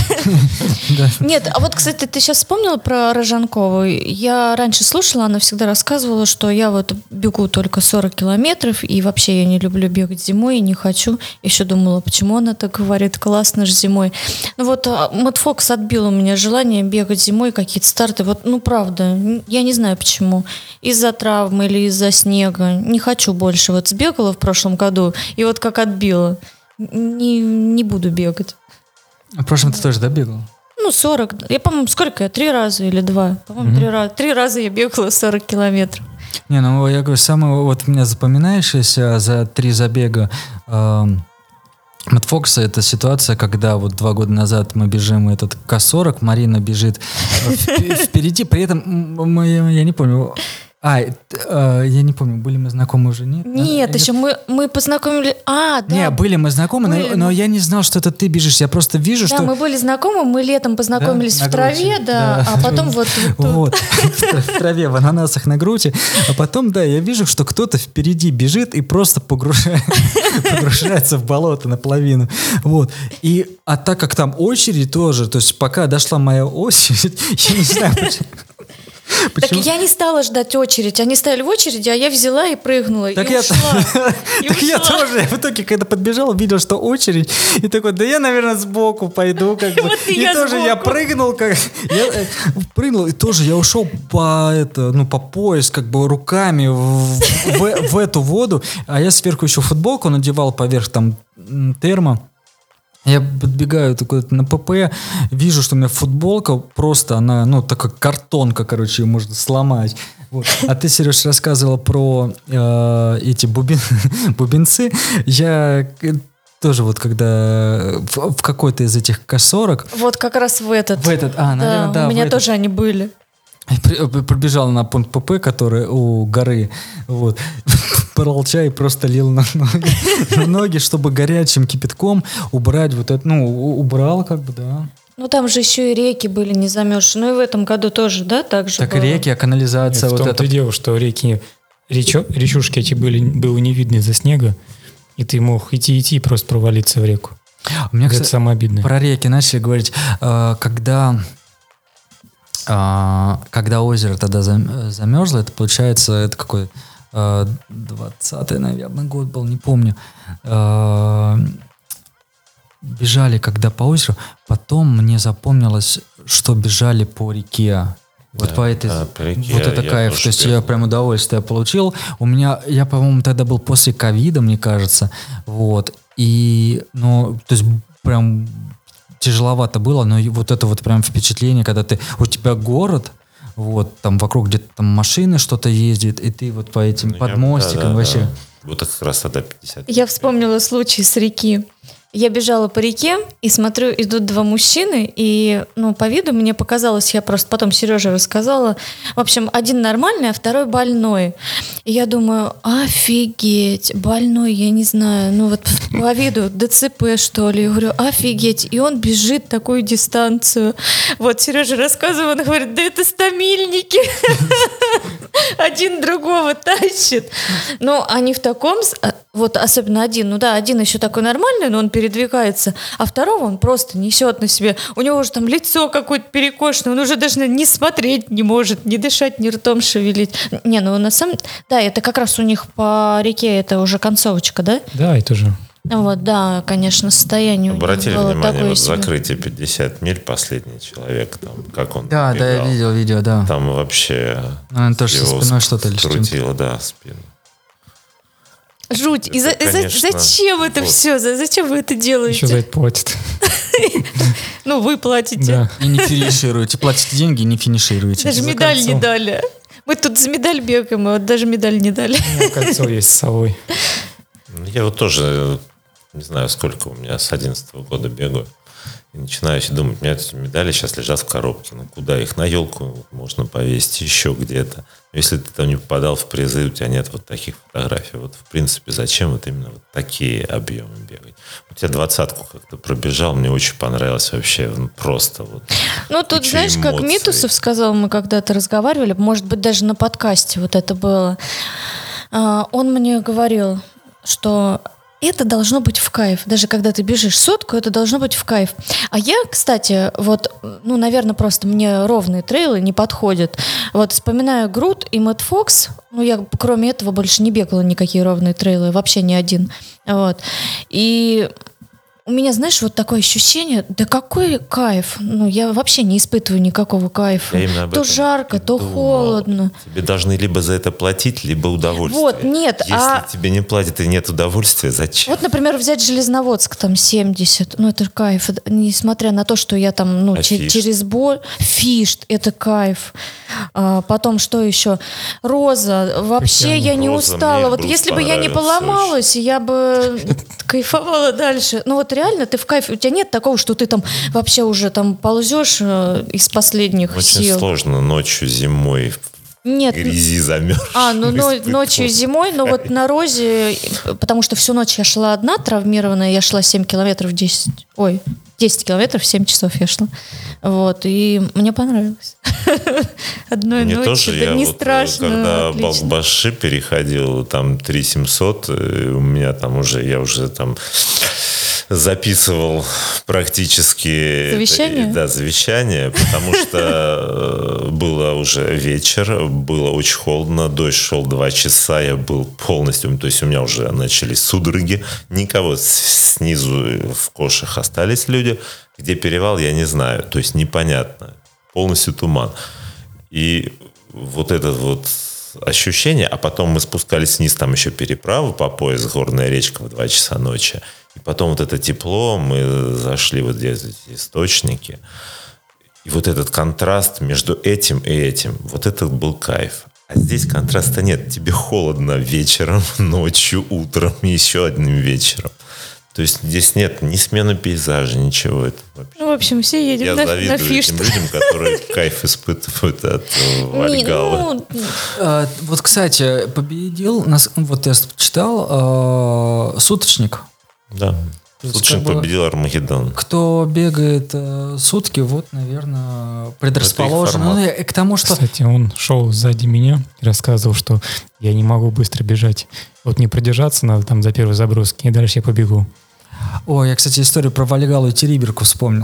Нет, а вот, кстати, ты сейчас вспомнила про Рожанкову. Я раньше слушала, она всегда рассказывала, что я бегу только 40 километров, и вообще я не люблю бегать зимой, и не хочу. Еще думала, почему она так говорит, классно же зимой. Мэтт Фокс отбил у меня желание бегать зимой, какие-то старты. Правда, я не знаю почему. Из-за травмы или из-за снега. Не хочу больше. Сбегала в прошлом году, и как отбила. Не буду бегать. В прошлом ты тоже, да, бегал? 40. Я, по-моему, сколько я? 3 раза или 2? По-моему, 3 раза. 3 раза я бегала 40 километров. Не, я говорю, самое у меня запоминающееся за 3 забега Мэтт Фокса — это ситуация, когда 2 года назад мы бежим этот К-40, Марина бежит впереди, при этом я не помню... я не помню, были мы знакомы уже, нет? Нет, еще мы познакомились... да. Не, были мы знакомы, но я не знал, что это ты бежишь. Я просто вижу, что... Да, мы были знакомы, мы летом познакомились в траве, да, а потом в траве, в ананасах на груди. А потом, да, я вижу, что кто-то впереди бежит и просто погружается в болото наполовину. А так как там очередь тоже, то есть пока дошла моя очередь, я не знаю, почему... Так я не стала ждать очередь. Они стояли в очереди, а я взяла и прыгнула. Так я тоже. В итоге, когда подбежал, видел, что очередь. И такой, да я, наверное, сбоку пойду. И тоже я прыгнул. Прыгнул, и тоже я ушел по пояс, руками в эту воду. А я сверху еще футболку надевал поверх там термо. Я подбегаю такой на ПП, вижу, что у меня футболка просто, она, такая картонка, ее можно сломать. А ты, Сереж, рассказывала про эти бубенцы. Я тоже когда в какой-то из этих К-40... как раз в этот. Наверное, да. У меня тоже они были. Пробежал на пункт ПП, который у горы, брал чай и просто лил на ноги, чтобы горячим кипятком убрать убрал да. Там же еще и реки были не замерзшие. И в этом году тоже, да, так же так было? Реки, канализация. В том-то и дело, что речушки эти было не видно из-за снега, и ты мог идти и просто провалиться в реку. Это самое обидное. Про реки начали говорить, когда озеро тогда замерзло, это получается, это какой 20-й, наверное, год был, не помню. Бежали когда по озеру, потом мне запомнилось, что бежали по реке. По этой, по реке это кайф, то есть я прям удовольствие получил. Я, по-моему, тогда был после ковида, мне кажется, и, то есть прям тяжеловато было, но это прям впечатление, когда у тебя город, там вокруг где-то там машины что-то ездит, и ты по этим подмостикам вообще. Да. Это как раз тогда 50. Я вспомнила случай с реки. Я бежала по реке и смотрю, идут 2 мужчины, и, по виду мне показалось, я просто потом Сереже рассказала, в общем, один нормальный, а второй больной. И я думаю, офигеть, больной, я не знаю, ну вот по виду ДЦП, что ли. Я говорю, офигеть. И он бежит такую дистанцию. Вот Сережа рассказывал, он говорит, да это стамильники. Один другого тащит. Ну, они в таком... Вот особенно один, ну да, один еще такой нормальный, но он передвигается, а второго он просто несет на себе. У него уже там лицо какое-то перекошенное, он уже даже не смотреть не может, не дышать, ни ртом шевелить. Не, ну на самом... Да, это как раз у них по реке, это уже концовочка, да? Да, это же. Вот, да, конечно, состояние Обратили у них было внимание, такое вот себе. закрытие 50 миль, последний человек, там, как он Да, бегал. я видел видео, да. Там вообще Он тоже со его спиной что-то или с чем-то. скрутило, да, спину. Жуть. И Это, конечно, зачем это вот. все? Зачем вы это делаете? Еще за это платят. Ну, вы платите. Да. И не финишируете. Платите деньги и не финишируете. Даже За медаль кольцо. не дали. Мы тут за медаль бегаем, а вот даже медаль не дали. У меня кольцо есть с собой. Я вот тоже не знаю, сколько у меня с 2011 года бегаю. И начинаю думать, у меня эти медали сейчас лежат в коробке. Ну, куда их? На елку можно повесить, еще где-то. Если ты там не попадал в призы, у тебя нет вот таких фотографий. Вот, в принципе, зачем вот именно вот такие объемы бегать? У тебя 20-ку как-то пробежал, мне очень понравилось вообще. Ну, просто вот. Ну, тут, куча знаешь, как эмоций. Митусов сказал, мы когда-то разговаривали, может быть, даже на подкасте вот это было. Он мне говорил, что это должно быть в кайф. Даже когда ты бежишь сотку, это должно быть в кайф. А я, кстати, вот, ну, наверное, просто мне ровные трейлы не подходят. Вот вспоминаю Грут и Мэтт Фокс, ну, я кроме этого больше не бегала никакие ровные трейлы, вообще ни один. Вот. И у меня, знаешь, вот такое ощущение, да какой кайф. Ну, я вообще не испытываю никакого кайфа. Я именно об То этом жарко, и то думал. холодно. Тебе должны либо за это платить, либо удовольствие. Вот, нет, Если тебе не платят и нет удовольствия, зачем? Вот, например, взять Железноводск, там 70, ну это кайф, несмотря на то, что я там, ну, Фишт? через боль, Фишт, это кайф. Потом что еще? Роза, вообще Притянет. я не Роза, устала. мне Вот Брус если бы я не понравился поломалась, я бы кайфовала дальше. Ну вот реально ты в кайфе, у тебя нет такого, что ты там вообще уже там ползешь из последних Очень сил. сложно ночью, зимой, в Нет, грязи замерз. ну ночью и зимой, но вот на Розе, потому что всю ночь я шла одна, травмированная, я шла 7 километров 10 километров, 7 часов я шла. Вот, и мне понравилось. Одной Мне ночью, тоже, да я не вот, страшно, когда отлично. Балкбаши переходил, там 3700, у меня там уже, я уже там записывал практически... Завещание? Да, завещание, потому что было уже вечер, было очень холодно, дождь шел 2 часа, я был полностью... То есть у меня уже начались судороги, никого снизу в кошах остались люди. Где перевал, я не знаю, то есть непонятно, полностью туман. И вот это вот ощущение, а потом мы спускались вниз, там еще переправа по пояс, горная речка в 2 часа ночи. И потом вот это тепло, мы зашли вот здесь, эти источники. И вот этот контраст между этим и этим, вот это был кайф. А здесь контраста нет. Тебе холодно вечером, ночью, утром и еще одним вечером. То есть здесь нет ни смены пейзажа, ничего. Это вообще... Ну, в общем, все едем Я на завидую Фишт. этим людям, которые кайф испытывают от Вальгаллы. Вот, кстати, победил, вот я читал, суточник. Да. Лучше как бы- победил Армагеддон. Кто бегает сутки, вот, наверное, предрасположен. формат. Ну, и к тому, что... Кстати, он шел сзади меня и рассказывал, что я не могу быстро бежать. Вот не продержаться надо там за первой заброски, и дальше я побегу. Ой, я, кстати, историю про Вальгаллу и Териберку вспомнил.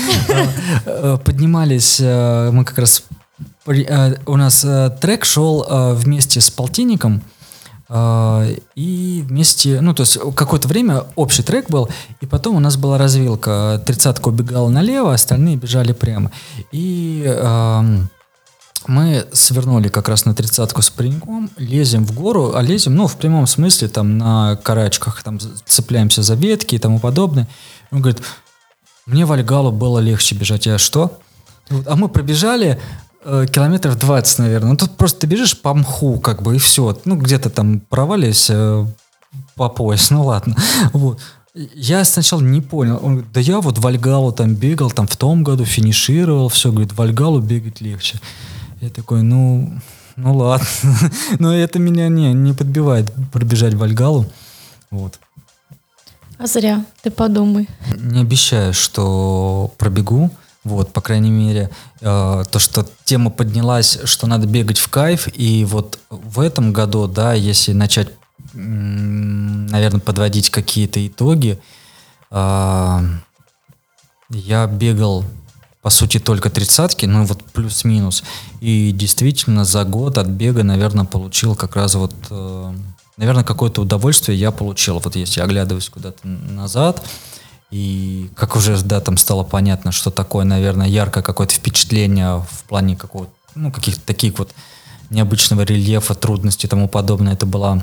Поднимались мы как раз... У нас трек шел вместе с полтинником, и вместе, ну, то есть какое-то время общий трек был, и потом у нас была развилка. 30-ка убегала налево, остальные бежали прямо. И мы свернули как раз на 30-ку с пареньком, лезем в гору, а лезем, ну, в прямом смысле, там, на карачках, там, цепляемся за ветки и тому подобное. Он говорит, мне Вальгаллу было легче бежать. Я что? А мы пробежали километров 20, наверное. Ну, тут просто ты бежишь по мху, как бы, и все. Ну, где-то там провалились по пояс, ну, ладно. Вот. Я сначала не понял. Он говорит, да я вот Вальгаллу там бегал, там в том году финишировал, все, говорит, Вальгаллу бегать легче. Я такой, ну Ну ладно. Но это меня не подбивает пробежать Вальгалу. Вот. А зря, ты подумай. Не обещаю, что пробегу. Вот, по крайней мере, то, что тема поднялась, что надо бегать в кайф. И вот в этом году, да, если начать, наверное, подводить какие-то итоги, я бегал, по сути, только 30-ки, ну вот плюс-минус. И действительно за год от бега, наверное, получил как раз вот, наверное, какое-то удовольствие я получил. Вот если оглядываюсь куда-то назад, и как уже, да, там стало понятно, что такое, наверное, яркое какое-то впечатление в плане какого-то, ну, каких-то таких вот необычного рельефа, трудностей и тому подобное. Это была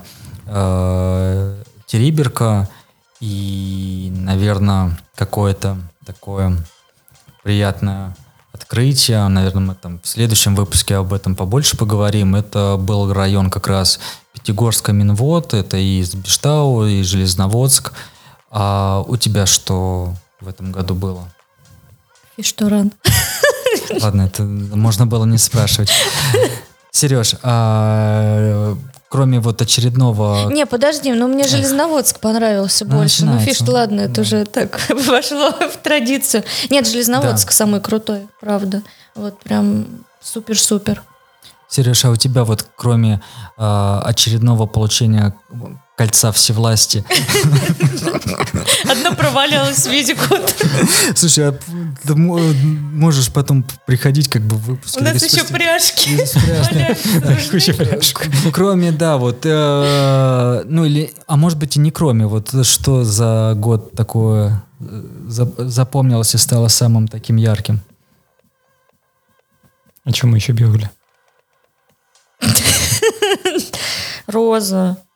Териберка и, наверное, какое-то такое приятное открытие. Наверное, мы там в следующем выпуске об этом побольше поговорим. Это был район как раз Пятигорска, Минвод, это и Биштау, и Железноводск. А у тебя что в этом году было? Фиштуран. Ладно, это можно было не спрашивать. Сереж, кроме вот очередного... Не, подожди, но мне Железноводск понравился больше. Ну, фишт, ладно, это уже так вошло в традицию. Нет, Железноводск самый крутой, правда. Вот прям супер-супер. Сереж, а у тебя вот кроме очередного получения кольца всевластия... Одно провалилось в виде кота. Слушай, а ты можешь потом приходить как бы в выпуск? У нас еще пряжки. Куча пряжек. Кроме, да, вот, ну или, а может быть и не кроме, вот что за год такое запомнилось и стало самым таким ярким? А чем мы еще бегали? Роза.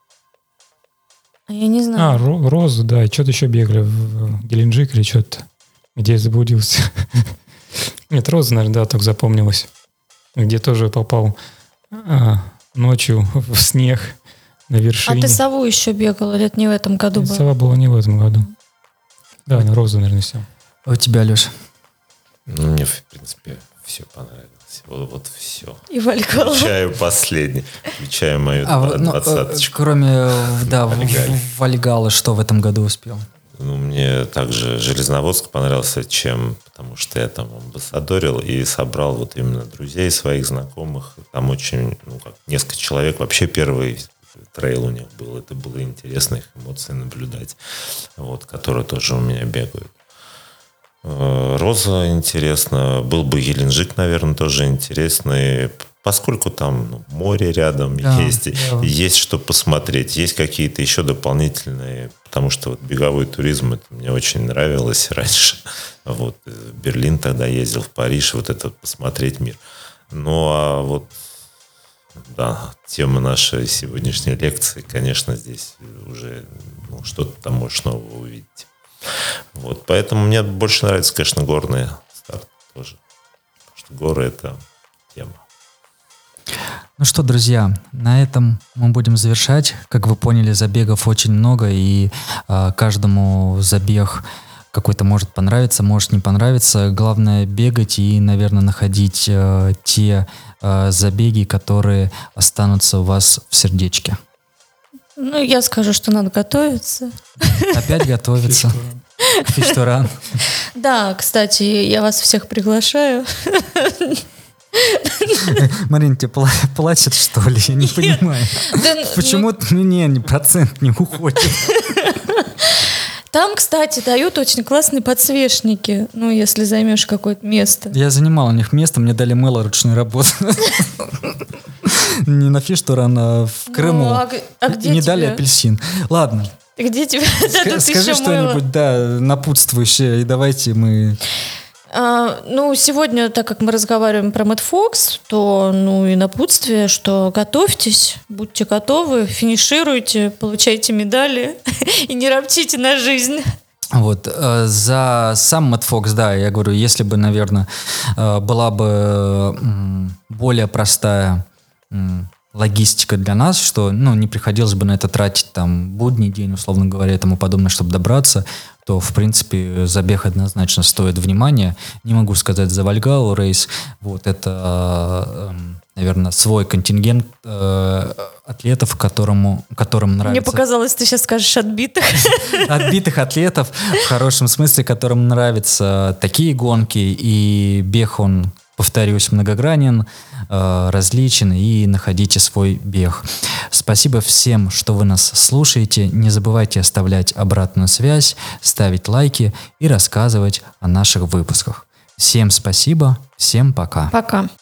Я не знаю. Розу, да. И что-то еще бегали в Геленджик или что-то, где я заблудился. Нет, Роза, наверное, да, только запомнилась. Где тоже попал ночью в снег на вершине. А ты сову еще бегал, или это не в этом году было? Сова была не в этом году. Да, Роза, наверное, все. А у тебя, Леш? Ну, мне, в принципе, все понравилось. Вот все. И Вальгала. Включаю последний. Включаю мою 20-очку. Кроме, да, Вальгалы, что в этом году успел? Ну, мне также Железноводск понравился, потому что я там амбассадорил и собрал вот именно друзей, своих знакомых. Там очень, несколько человек. Вообще первый трейл у них был. Это было интересно их эмоции наблюдать. Вот, которые тоже у меня бегают. Роза интересно. Был бы Геленджик, наверное, тоже интересный. Поскольку там море рядом есть, есть что посмотреть, есть какие-то еще дополнительные, потому что вот беговой туризм, это мне очень нравилось раньше. Вот, в Берлин тогда ездил, в Париж, вот это вот посмотреть мир. Ну, а вот, да, тема нашей сегодняшней лекции, конечно, здесь уже что-то там можешь нового увидеть. Вот, поэтому мне больше нравится, конечно, горные старты тоже. Потому что горы — это тема. Ну что, друзья, на этом мы будем завершать. Как вы поняли, забегов очень много, и каждому забег какой-то может понравиться, может не понравиться. Главное бегать и, наверное, находить те забеги, которые останутся у вас в сердечке. Ну, я скажу, что надо готовиться. Опять готовиться. Фиштуран. Да, кстати, я вас всех приглашаю. Марин, тебе платят, что ли? Я не понимаю. Почему мне процент не уходит? Там, кстати, дают очень классные подсвечники, если займешь какое-то место. Я занимал у них место, мне дали мыло ручной работы. Не на Фиштуран, а в Крыму. А где не дали апельсин. Ладно. Где тебе дадут Скажи еще что-нибудь, да, напутствующее, и давайте мы... Сегодня, так как мы разговариваем про Мэтт Фокс, то, и напутствие, что готовьтесь, будьте готовы, финишируйте, получайте медали и не ропчите на жизнь. Вот, за сам Мэтт Фокс, да, я говорю, если бы, наверное, была бы более простая логистика для нас, что, не приходилось бы на это тратить там будний день, условно говоря, и тому подобное, чтобы добраться, то, в принципе, забег однозначно стоит внимания. Не могу сказать за Вальгалу рейс. Вот это, наверное, свой контингент атлетов, которым нравится. Мне показалось, ты сейчас скажешь отбитых. Отбитых атлетов, в хорошем смысле, которым нравятся такие гонки, и бег, он, повторюсь, многогранен, различен, и находите свой бег. Спасибо всем, что вы нас слушаете. Не забывайте оставлять обратную связь, ставить лайки и рассказывать о наших выпусках. Всем спасибо, всем пока. Пока.